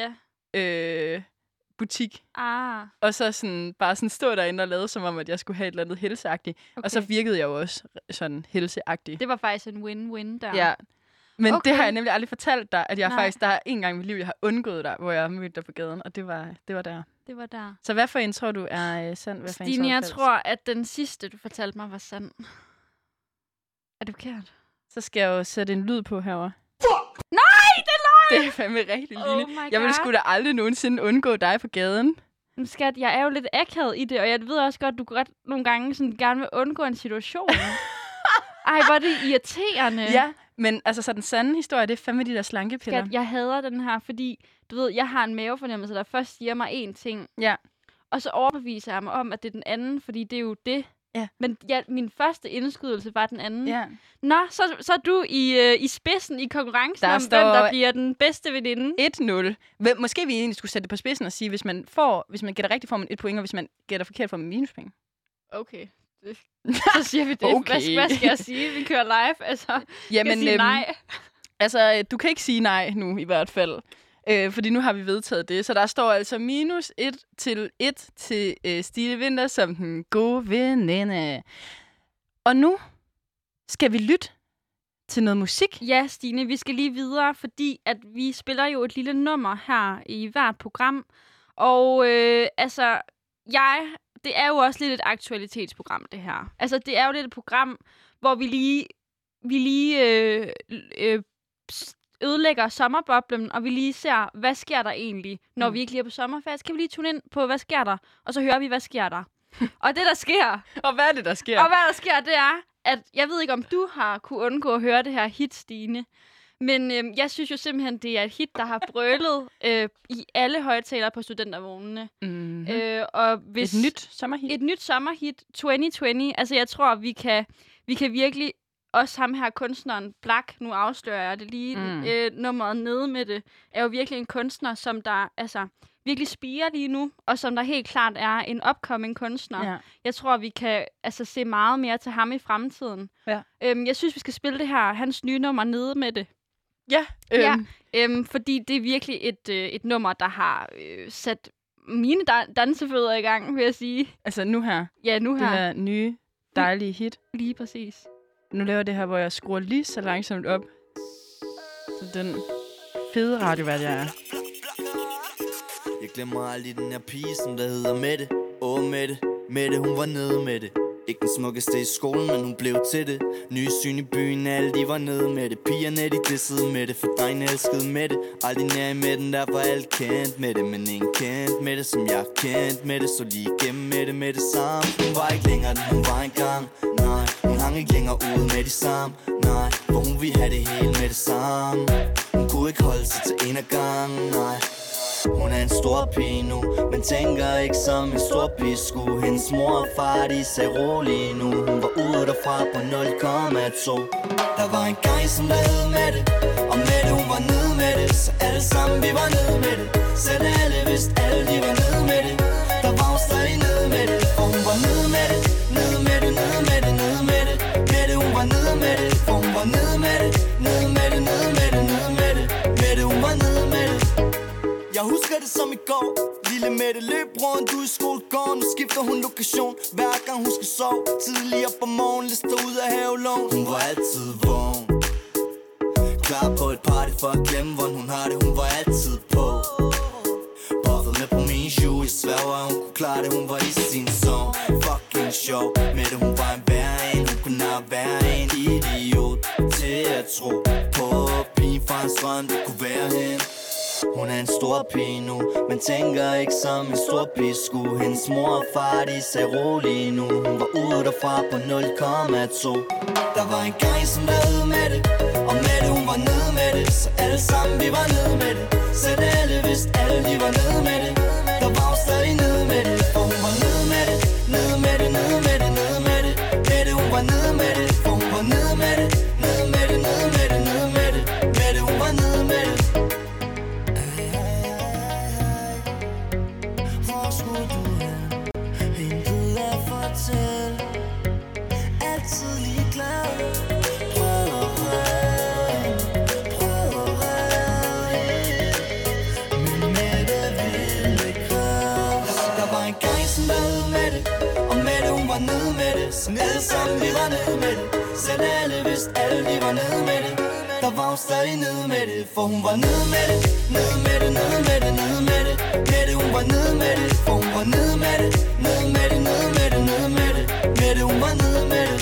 Ja. Butik. Og så sådan, bare sådan stå derinde og lade som om, at jeg skulle have et eller andet helseagtigt. Okay. Og så virkede jeg jo også sådan helseagtigt. Det var faktisk en win-win der. Ja. Men det har jeg nemlig aldrig fortalt dig, at jeg faktisk, der er en gang i mit liv, jeg har undgået dig, hvor jeg mødte dig på gaden, og det var der. Det var der. Så hvad for en tror du er sand? Stine, jeg tror, at den sidste, du fortalte mig, var sand. Er det forkert? Så skal jeg jo sætte en lyd på herovre. Nej, det er løgn! Det er fandme rigtigt, Line. Jeg ville sgu da aldrig nogensinde undgå dig på gaden. Skat, jeg er jo lidt akavet i det, og jeg ved også godt, du godt nogle gange sådan gerne vil undgå en situation. Ej, hvor er det irriterende. Ja, men altså så den sande historie, det er fandme de der slankepiller. Skat, jeg hader den her, fordi du ved, jeg har en mavefornemmelse, der først siger mig én ting. Ja. Og så overbeviser jeg mig om, at det er den anden, fordi det er jo det, Ja. Men min første indskydelse var den anden. Ja. Nå, så er du i spidsen i konkurrencen Der om, står hvem der bliver den bedste veninde. 1-0. Måske vi egentlig skulle sætte det på spidsen og sige, hvis man gætter rigtigt, får man 1 point, og hvis man gætter forkert, får man minuspoint. Okay. Så siger vi det. Okay. Hvad skal jeg sige? Vi kører live. Altså, Jamen, sige nej. Altså, du kan ikke sige nej nu, i hvert fald. Fordi nu har vi vedtaget det. Så der står altså -1 til Stine Winther som den gode veninde. Og nu skal vi lytte til noget musik. Ja, Stine, vi skal lige videre, fordi at vi spiller jo et lille nummer her i hvert program. Og det er jo også lidt et aktualitetsprogram, det her. Altså, det er jo lidt et program, hvor vi lige ødelægger sommerboblen, og vi lige ser, hvad sker der egentlig, når vi ikke lige er på sommerferie. Kan vi lige tune ind på, hvad sker der? Og så hører vi, hvad sker der? Og det, der sker... Og hvad er det, der sker? Og hvad der sker, det er, at jeg ved ikke, om du har kunne undgå at høre det her hit, Stine. Men jeg synes jo simpelthen, det er et hit, der har brølet i alle højtalere på studentervognene. Mm-hmm. Og hvis et nyt sommerhit? Et nyt sommerhit, 2020. Altså, jeg tror, vi kan virkelig... Også ham her, kunstneren Black, nu afslører jeg det lige, nummeret nede med det, er jo virkelig en kunstner, som der virkelig spirer lige nu, og som der helt klart er en upcoming kunstner. Ja. Jeg tror, vi kan se meget mere til ham i fremtiden. Ja. Jeg synes, vi skal spille det her, hans nye nummer, nede med det. Ja. Fordi det er virkelig et nummer, der har sat mine dansefødder i gang, vil jeg sige. Altså nu her? Ja, nu her. Det her nye, dejlige hit. Lige præcis. Nu laver jeg det her, hvor jeg skruer lige så langsomt op. Så den fede radiovært, jeg er. Jeg glemmer aldrig den her pige, som der hedder Mette. Mette, hun var nede med det. Ikke den smukkeste i skolen, men hun blev til det. Nye syn i byen, alle de var nede med det. Pigerne de dissede med det, for drengene elskede med det. Aldrig nær i midten, derfor alt kendt med det. Men ingen kendt med det, som jeg kendt med det. Så lige igennem med det samme. Hun var ikke længere, den hun var engang. Nej, hun hang ikke længere ude med de samme. Nej, for hun ville have det hele med det samme. Hun kunne ikke holde sig til en af gangen, nej. Hun er en stor pige nu, men tænker ikke som en stor pige skulle. Hendes mor og far, de sagde rolig nu. Hun var ude derfra på 0,2. Der var en gang, som der hed Mette, og Mette, hun var nede med det. Så alle sammen, vi var nede med det. Selv alle vidste, alle de var nede med det. Der var hun stadig nede med det, for hun var nede med det. Nede med det, nede med det, nede med det. Mette, hun var nede med det, for hun var nede med det. Nede med det, nede med det, nede med det. Mette, hun var nede med det. Jeg husker det som i går. Lille Mette løb rundt ude i skolegården. Nu skifter hun lokation, hver gang hun skal sove. Tidligere på morgen, lister ud af havelån. Hun var altid vågen, klar på et party for at glemme, hvordan hun har det. Hun var altid på, buffet med på mine shoe. Jeg sværger, hun kunne klare det, hun var i sin zone. Fucking sjov, Mette hun var en værre en. Hun kunne nok være en idiot til at tro på pigen fra en strøm, det kunne være hende. Hun er en stor pige nu, men tænker ikke som en stor pige skulle. Hendes mor og far, de sagde rolig nu. Hun var ude derfra på 0,2. Der var en gang, som der hed Mette, og Mette, hun var nede med det. Så alle sammen, vi var nede med det. Selv alle vidste, alle de var nede med det. Der var hun stadig nede med det, for hun var nede med det. Nede med det, nede med det, nede med det. Mette, hun var nede med det, for hun var nede med det. Nede med det, nede med det, nede med det. Mette, hun var nede med det. Altid lige glad. Prøv at redde, men Mette ville ikke redde. Der var en gang, som der hed Mette, og Mette hun var nede med det. Så alle sammen vi var nede med det. Selv alle vidste, alle de var nede med det. Der var hun stadig nede med det, for hun var nede med det. Nede med det, nede med det, nede med det. Mette hun var nede med det, for hun var nede med det. Nede med det, nede med det, nede med det. Mette hun var nede med det.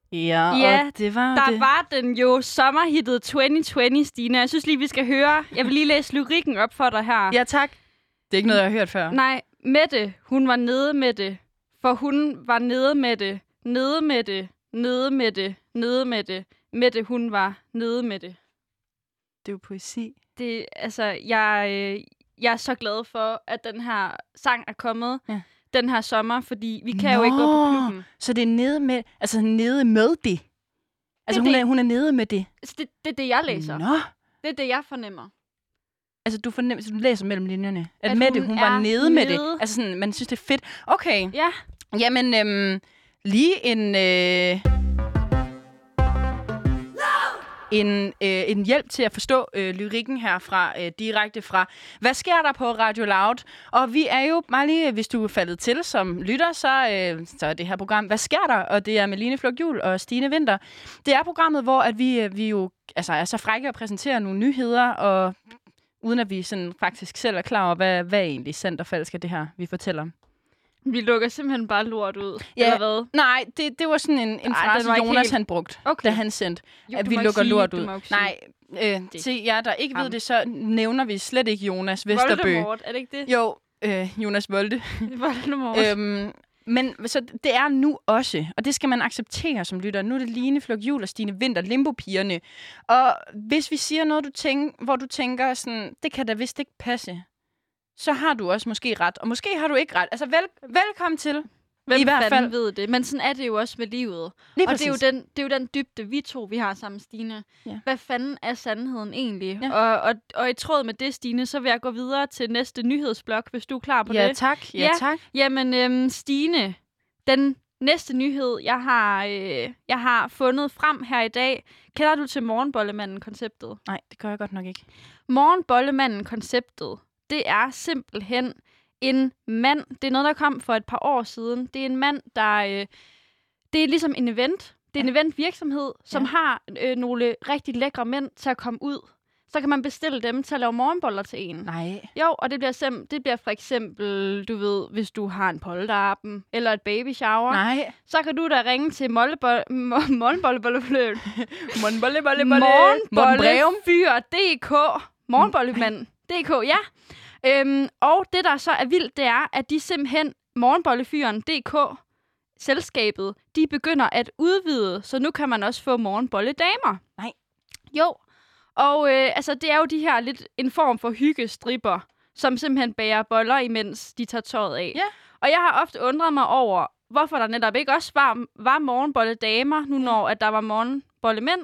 Ja, og det var der det. var den jo sommerhittet 2020, Stine. Jeg synes lige, vi skal høre. Jeg vil lige læse lyrikken op for dig her. Ja, tak. Det er ikke noget, jeg har hørt før. Nej, Mette, hun var nede med det. For hun var nede med det. Nede med det. Nede med det. Nede med det. Mette, hun var nede med det. Det er jo poesi. Det, altså, jeg er så glad for, at den her sang er kommet den her sommer, fordi vi kan jo ikke gå på klubben. Så det er nede med, altså nede med det? Altså hun er nede med det? Det er det, jeg læser. Nå. Det er det, jeg fornemmer. Altså du læser mellem linjerne? At Mette, hun var nede med det? Altså sådan, man synes, det er fedt. Okay. Ja. Jamen, lige en hjælp til at forstå lyrikken her direkte fra Hvad sker der på Radio Loud? Og vi er jo, bare lige, hvis du er faldet til som lytter, så er det her program Hvad sker der? Og det er med Line Flugt-Juhl og Stine Winther. Det er programmet, hvor at vi jo altså, er så frække at præsentere nogle nyheder, og uden at vi sådan faktisk selv er klar over, hvad egentlig sandt og falsk er det her, vi fortæller. Vi lukker simpelthen bare lort ud, eller hvad? Nej, det var sådan en frase, Jonas han brugte, da han sendte, at vi lukker lort ud. Nej, til jer, der ikke ved det, så nævner vi slet ikke Jonas Vesterbø. Voldemort, er det ikke det? Jo, Jonas Volde. Voldemort. Men så det er nu også, og det skal man acceptere som lytter. Nu er det Line Flugt-Juhl og Stine Winther, Limbo-pigerne. Og hvis vi siger noget, hvor du tænker sådan, det kan da vist ikke passe, så har du også måske ret, og måske har du ikke ret. Altså, velkommen til. Hvem i hvert fald ved det. Men sådan er det jo også med livet. Lige og det er jo den dybde, vi har sammen, Stine. Ja. Hvad fanden er sandheden egentlig? Ja. Og i tråd med det, Stine, så vil jeg gå videre til næste nyhedsblok, hvis du er klar på det. Ja, tak. Tak. Jamen, Stine, den næste nyhed, jeg har fundet frem her i dag. Kender du til Morgenbollemanden-konceptet? Nej, det gør jeg godt nok ikke. Morgenbollemanden-konceptet, det er simpelthen en mand. Det er noget, der kom for et par år siden. Det er en mand, der... det er ligesom en event. Det er en eventvirksomhed, som har nogle rigtig lækre mænd til at komme ud. Så kan man bestille dem til at lave morgenboller til en. Nej. Jo, og det bliver for eksempel, du ved, hvis du har en polterappen eller et baby shower. Nej. Så kan du da ringe til morgenbollefyr.dk Morgenbollemand.dk, ja. Og det, der så er vildt, det er, at de simpelthen, morgenbollefyren.dk, selskabet, de begynder at udvide, så nu kan man også få morgenbolledamer. Nej. Jo. Og altså, det er jo de her lidt en form for hyggestripper, som simpelthen bager boller, imens de tager tøjet af. Ja. Og jeg har ofte undret mig over, hvorfor der netop ikke også var morgenbolledamer, nu når at der var morgenbollemænd.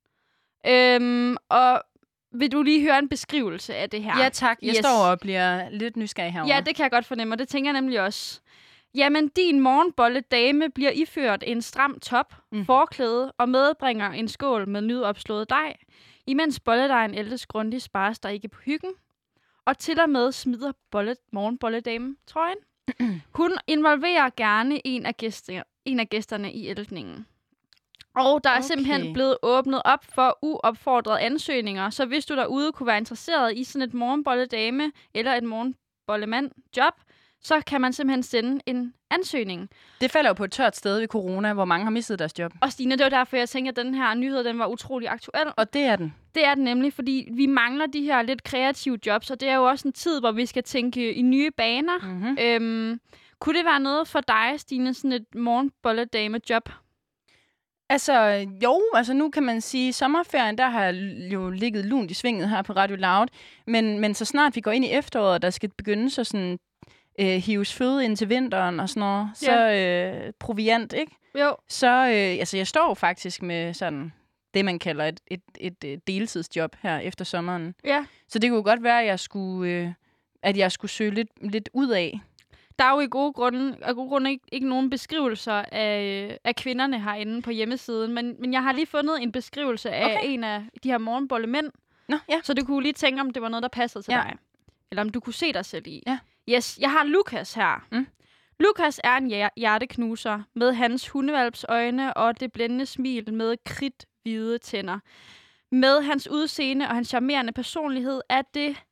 Og vil du lige høre en beskrivelse af det her? Ja, tak. Jeg står og bliver lidt nysgerrig herovre. Ja, det kan jeg godt fornemme, og det tænker jeg nemlig også. Jamen, din morgenbolledame bliver iført en stram top, forklæde og medbringer en skål med nyopslået dej. Imens bolledejen ældes grundigt, spares der ikke på hyggen. Og til og med smider morgenbolledamen trøjen. Hun involverer gerne en af gæsterne i æltningen. Og der er simpelthen blevet åbnet op for uopfordrede ansøgninger, så hvis du derude kunne være interesseret i sådan et morgenbolledame eller et morgenbollemand-job, så kan man simpelthen sende en ansøgning. Det falder jo på et tørt sted ved corona, hvor mange har mistet deres job. Og Stine, det var derfor, jeg tænker, at den her nyhed den var utrolig aktuel. Og det er den. Det er den nemlig, fordi vi mangler de her lidt kreative jobs, og det er jo også en tid, hvor vi skal tænke i nye baner. Mm-hmm. Kunne det være noget for dig, Stine, sådan et morgenbolledame-job? Altså, jo, altså nu kan man sige, sommerferien, der har jo ligget lunt i svinget her på Radio Loud, men så snart vi går ind i efteråret, der skal begynde så sådan hives føde ind til vinteren og sådan noget, så proviant, ikke? Jo. Så, altså jeg står faktisk med sådan det, man kalder et deltidsjob her efter sommeren. Ja. Så det kunne godt være, at jeg skulle søge lidt ud af. Der er jo i gode grunde ikke nogen beskrivelser af kvinderne herinde på hjemmesiden, men jeg har lige fundet en beskrivelse af en af de her morgenbollemænd. Nå, ja. Så du kunne lige tænke, om det var noget, der passede til dig. Eller om du kunne se dig selv i. Ja. Yes, jeg har Lukas her. Mm. Lukas er en hjerteknuser med hans hundevalpsøjne og det blændende smil med kridthvide tænder. Med hans udseende og hans charmerende personlighed er det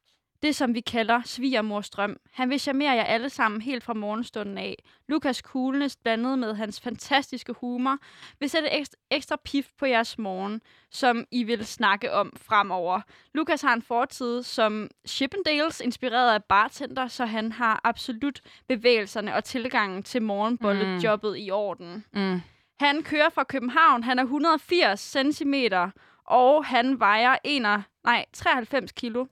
det, som vi kalder svigermorsdrøm. Han vil charmere jer alle sammen helt fra morgenstunden af. Lukas coolness blandet med hans fantastiske humor vil sætte ekstra pif på jeres morgen, som I vil snakke om fremover. Lukas har en fortid som Chippendales, inspireret af bartender, så han har absolut bevægelserne og tilgangen til morgenbollejobbet i orden. Han kører fra København. Han er 180 centimeter, og han vejer 93 kilo.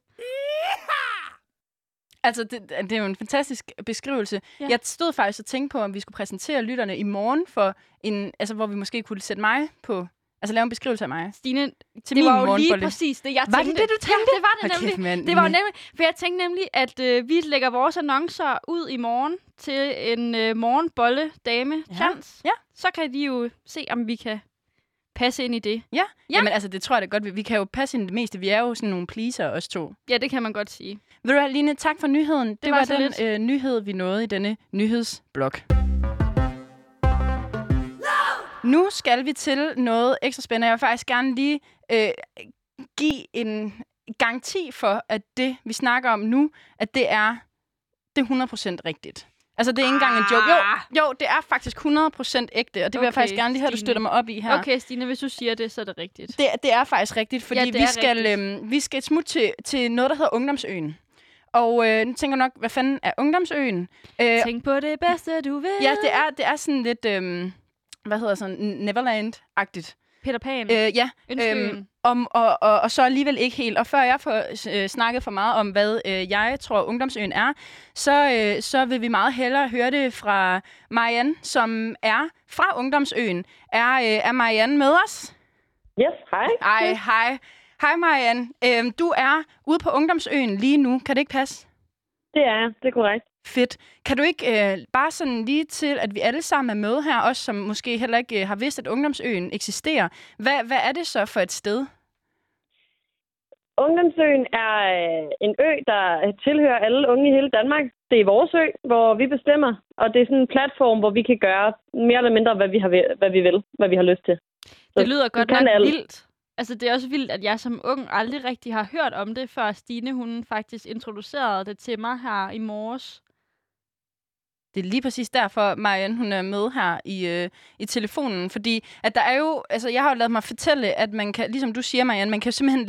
Altså, det er jo en fantastisk beskrivelse. Ja. Jeg stod faktisk og tænkte på, om vi skulle præsentere lytterne i morgen for hvor vi måske kunne sætte mig på. Altså lave en beskrivelse af mig. Stine, til det min var jo lige morgenbolle. Præcis det, jeg var tænkte. Var det det, du tænkte? Ja, det var det nemlig. Kæft, det var nemlig. For jeg tænkte nemlig, at vi lægger vores annoncer ud i morgen til en morgenbolle-dame-chance. Ja. Så kan de jo se, om vi kan passe ind i det. Ja. Jamen altså, det tror jeg da godt. Vi kan jo passe ind i det meste. Vi er jo sådan nogle pleaser, os to. Ja, det kan man godt sige. Ved du hvad, Line, tak for nyheden. Det var den nyhed, vi nåede i denne nyhedsblok. Nu skal vi til noget ekstra spændende. Jeg vil faktisk gerne lige give en garanti for, at det, vi snakker om nu, at det er 100% rigtigt. Altså, det er ikke engang en joke. Jo, det er faktisk 100% ægte, og det vil jeg faktisk gerne lige have, du støtter mig op i her. Okay, Stine, hvis du siger det, så er det rigtigt. Det er faktisk rigtigt, fordi vi skal et smut til noget, der hedder Ungdomsøen. Og nu tænker du nok, hvad fanden er Ungdomsøen? Tænk på det bedste, du vil. Ja, det er sådan lidt, Neverland-agtigt. Peter Pan. Ja. Og så alligevel ikke helt. Og før jeg får snakket for meget om, hvad jeg tror, Ungdomsøen er, så vil vi meget hellere høre det fra Marianne, som er fra Ungdomsøen. Er Marianne med os? Yes, hej. Hej. Hej Marianne. Du er ude på Ungdomsøen lige nu. Kan det ikke passe? Det er det er korrekt. Fedt. Kan du ikke bare sådan lige til, at vi alle sammen er med her, også som måske heller ikke har vidst, at Ungdomsøen eksisterer. Hvad er det så for et sted? Ungdomsøen er en ø, der tilhører alle unge i hele Danmark. Det er vores ø, hvor vi bestemmer, og det er sådan en platform, hvor vi kan gøre mere eller mindre, hvad vi har lyst til. Det lyder godt nok vildt. Altså, det er også vildt, at jeg som ung aldrig rigtig har hørt om det, før Stine, hun faktisk introducerede det til mig her i morges. Det er lige præcis derfor, Marianne, hun er med her i telefonen. Fordi at der er jo, altså jeg har jo ladet mig fortælle, at man kan, ligesom du siger, Marianne, man kan jo simpelthen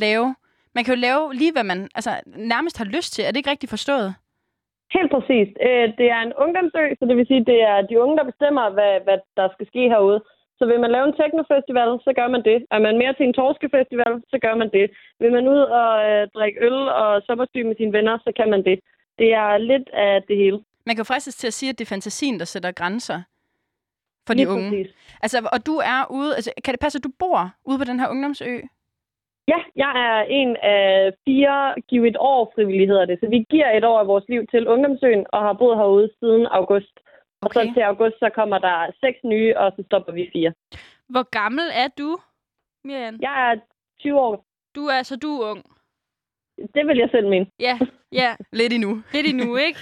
lave lige, hvad man nærmest har lyst til. Er det ikke rigtigt forstået? Helt præcis. Det er en ungdomsø, så det vil sige, det er de unge, der bestemmer, hvad der skal ske herude. Så vil man lave en technofestival, så gør man det. Er man mere til en torskefestival, så gør man det. Vil man ud og drikke øl og sommerstue med sine venner, så kan man det. Det er lidt af det hele. Man kan jo fristes til at sige, at det er fantasien, der sætter grænser for de unge. Præcis. Altså, og du er ude, altså, kan det passe, at du bor ude på den her ungdomsø? Ja, jeg er en af 4 Giv et år frivillige, hedder det. Så vi giver et år af vores liv til Ungdomsøen og har boet herude siden august. Okay. Og så til august, så kommer der 6 nye, og så stopper vi 4. Hvor gammel er du, Miriam? Jeg er 20 år. Du er ung. Det vil jeg selv mene. Ja. Lidt endnu, ikke?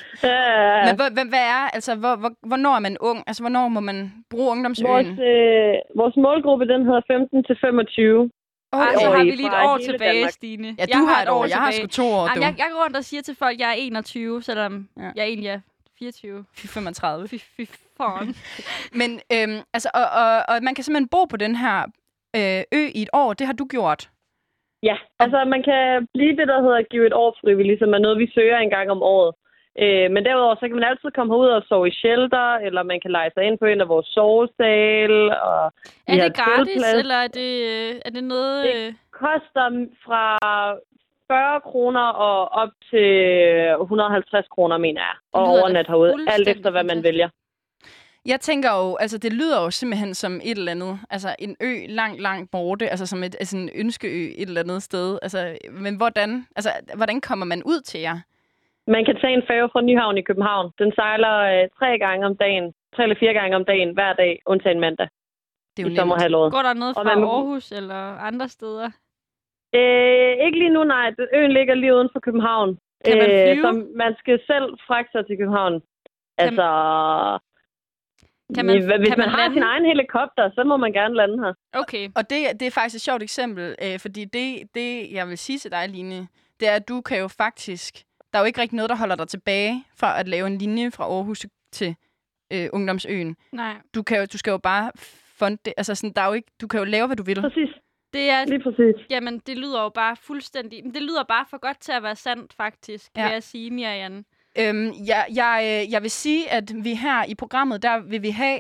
Men hvad er, altså, hvornår er man ung? Altså, hvornår må man bruge Ungdomsøen? Vores målgruppe, den hedder 15 til 25. Okay. Så har vi lige et år tilbage, Danmark. Stine. Ja, du har et år. Jeg har sgu 2 år, du. Jeg går rundt og siger til folk, at jeg er 21, selvom jeg egentlig er 24. 35. Fy foran. Men altså, og man kan simpelthen bo på den her ø i et år. Det har du gjort. Ja, altså man kan blive det, der hedder Giv et år frivillig, som er noget, vi søger en gang om året. Men derudover, så kan man altid komme herud og sove i shelter, eller man kan lege sig ind på en af vores sovesal. Og er det gratis, eller er det noget... Det koster fra 40 kroner og op til 150 kroner, mener jeg. Og overnat herude, alt efter hvad man vælger. Jeg tænker jo, altså det lyder jo simpelthen som et eller andet, altså en ø langt borte, altså som en ønskeø et eller andet sted. Altså, men hvordan kommer man ud til jer? Man kan tage en færge fra Nyhavn i København. Den sejler 3 eller 4 gange om dagen, hver dag, undtagen mandag. Det er jo i sommerhalvåret. Går der noget fra Aarhus eller andre steder? Ikke lige nu, nej. Øen ligger lige uden for København. Kan man flyve? Så man skal selv fragte sig til København. Hvis man har sin egen helikopter, så må man gerne lande her. Okay. Og det er faktisk et sjovt eksempel, fordi det, jeg vil sige til dig, Line, det er, at du kan jo faktisk Der er jo ikke rigtig noget, der holder dig tilbage fra at lave en linje fra Aarhus til Ungdomsøen. Nej. Du skal jo bare funde det. Altså sådan, der er jo ikke, du kan jo lave, hvad du vil. Præcis. Det er, lige præcis. Jamen, det lyder jo bare fuldstændig... Det lyder bare for godt til at være sandt, faktisk, vil jeg sige, Miriam. Jeg vil sige, at vi her i programmet, der vil vi have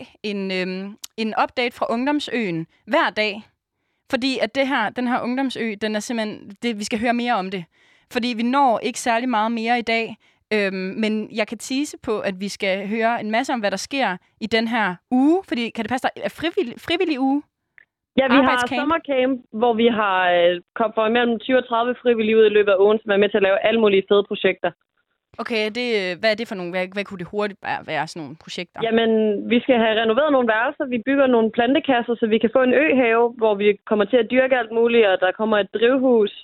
en update fra Ungdomsøen hver dag. Fordi at den her Ungdomsø, den er simpelthen... vi skal høre mere om det. Fordi vi når ikke særlig meget mere i dag. Men jeg kan tease på, at vi skal høre en masse om, hvad der sker i den her uge. Fordi kan det passe, der er frivillig uge? Ja, vi har sommercamp, hvor vi har kommet for imellem 20 og 30 frivillige ud i løbet af ugen, som er med til at lave alle mulige fede projekter. Okay, hvad er det for nogle? Hvad kunne det hurtigt være sådan nogle projekter? Jamen, vi skal have renoveret nogle værelser. Vi bygger nogle plantekasser, så vi kan få en øhave, hvor vi kommer til at dyrke alt muligt, og der kommer et drivhus.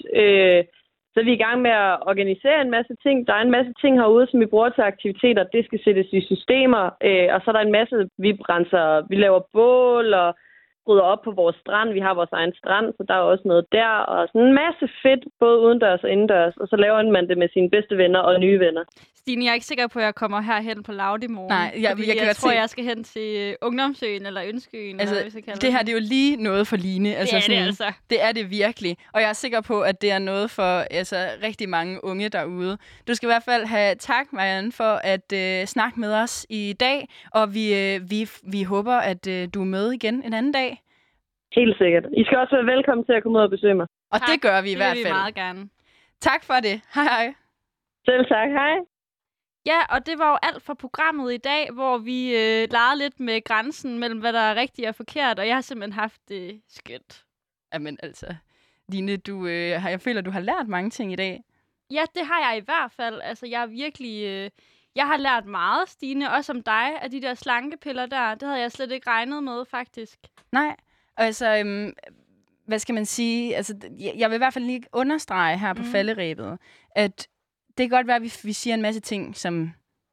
Så er vi i gang med at organisere en masse ting. Der er en masse ting herude, som vi bruger til aktiviteter. Det skal sættes i systemer. Og så er der en masse, vi laver bål og rydder op på vores strand. Vi har vores egen strand, så der er også noget der. Og sådan en masse fedt, både udendørs og indendørs. Og så laver man det med sine bedste venner og nye venner. Stine, jeg er ikke sikker på, at jeg kommer herhen på Loud i morgen. Nej, jeg tror, jeg skal hen til Ungdomsøen eller Ønskeøen. Altså, eller hvad vi kalder det her det er jo lige noget for Line. Altså, det er det altså. Det er det virkelig. Og jeg er sikker på, at det er noget for rigtig mange unge derude. Du skal i hvert fald have tak, Marianne, for at snakke med os i dag. Og vi håber, at du er med igen en anden dag. Helt sikkert. I skal også være velkommen til at komme ud og besøge mig. Og det gør vi i hvert fald. Det vil vi meget gerne. Tak for det. Hej hej. Selv tak. Hej. Ja, og det var jo alt for programmet i dag, hvor vi legede lidt med grænsen mellem, hvad der er rigtigt og forkert, og jeg har simpelthen haft det skønt. Jamen altså, Line, jeg føler, du har lært mange ting i dag. Ja, det har jeg i hvert fald. Altså, jeg er virkelig... jeg har lært meget, Stine, også om dig, af de der slankepiller der. Det havde jeg slet ikke regnet med, faktisk. Nej, altså... hvad skal man sige? Altså, jeg vil i hvert fald lige understrege her på falderebet, at det kan godt være, at vi siger en masse ting, som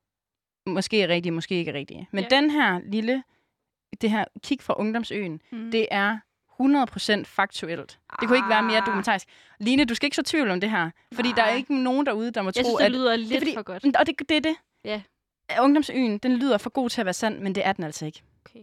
måske er rigtige, måske ikke er rigtige. Men den her det her kig fra Ungdomsøen, det er 100% faktuelt. Det kunne ikke være mere dokumentarisk. Line, du skal ikke så tvivl om det her, fordi der er ikke nogen derude, der må tro, at... Jeg synes, det lyder lidt for godt. Og det er det. Ja. Ungdomsøen, den lyder for god til at være sand, men det er den altså ikke. Okay.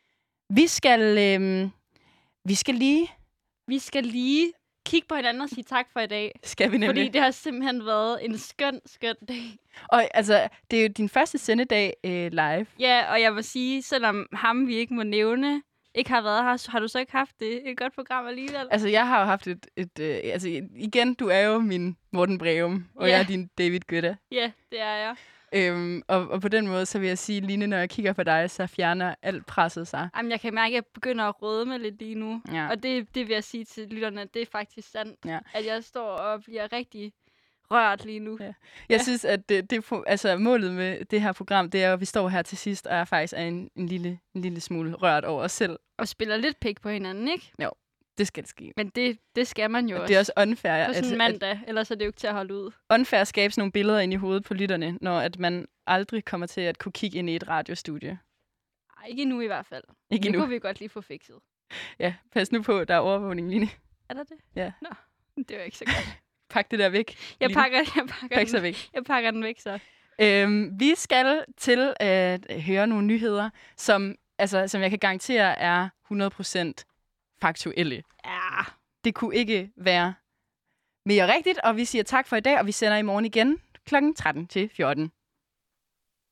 Vi skal lige kigge på hinanden og sige tak for i dag. Skal vi nemlig. Fordi det har simpelthen været en skøn dag. Og altså, det er jo din første sendedag live. Ja, og jeg vil sige, selvom ham vi ikke må nævne, ikke har været her, har du så ikke haft et godt program alligevel? Altså, jeg har jo haft altså, igen, du er jo min Morten Breum, og jeg er din David Guetta. Ja, det er jeg. Og på den måde, så vil jeg sige, Line, når jeg kigger på dig, så fjerner alt presset sig. Jamen, jeg kan mærke, at jeg begynder at rødme lidt lige nu. Ja. Og det vil jeg sige til lytterne, det er faktisk sandt, at jeg står og bliver rigtig rørt lige nu. Ja. Jeg synes, at altså, målet med det her program, det er, at vi står her til sidst, og er faktisk en lille smule rørt over os selv. Og spiller lidt pik på hinanden, ikke? Jo. Det skal det ske. Men det skal man jo også. Det er også unfair. På sådan en mandag, ellers er det jo ikke til at holde ud. Unfair at skabe sådan nogle billeder ind i hovedet på lytterne, når at man aldrig kommer til at kunne kigge ind i et radiostudie. Ej, ikke endnu i hvert fald. Ikke endnu. Det kunne vi godt lige få fikset. Ja, pas nu på, der er overvågning, Line. Er der det? Ja. Nå, det var ikke så godt. Pak det der væk. Jeg pakker den væk, så. Vi skal til at høre nogle nyheder, som jeg kan garantere er 100% faktuelle. Ja. Det kunne ikke være mere rigtigt, og vi siger tak for i dag, og vi sender i morgen igen kl. 13 til 14.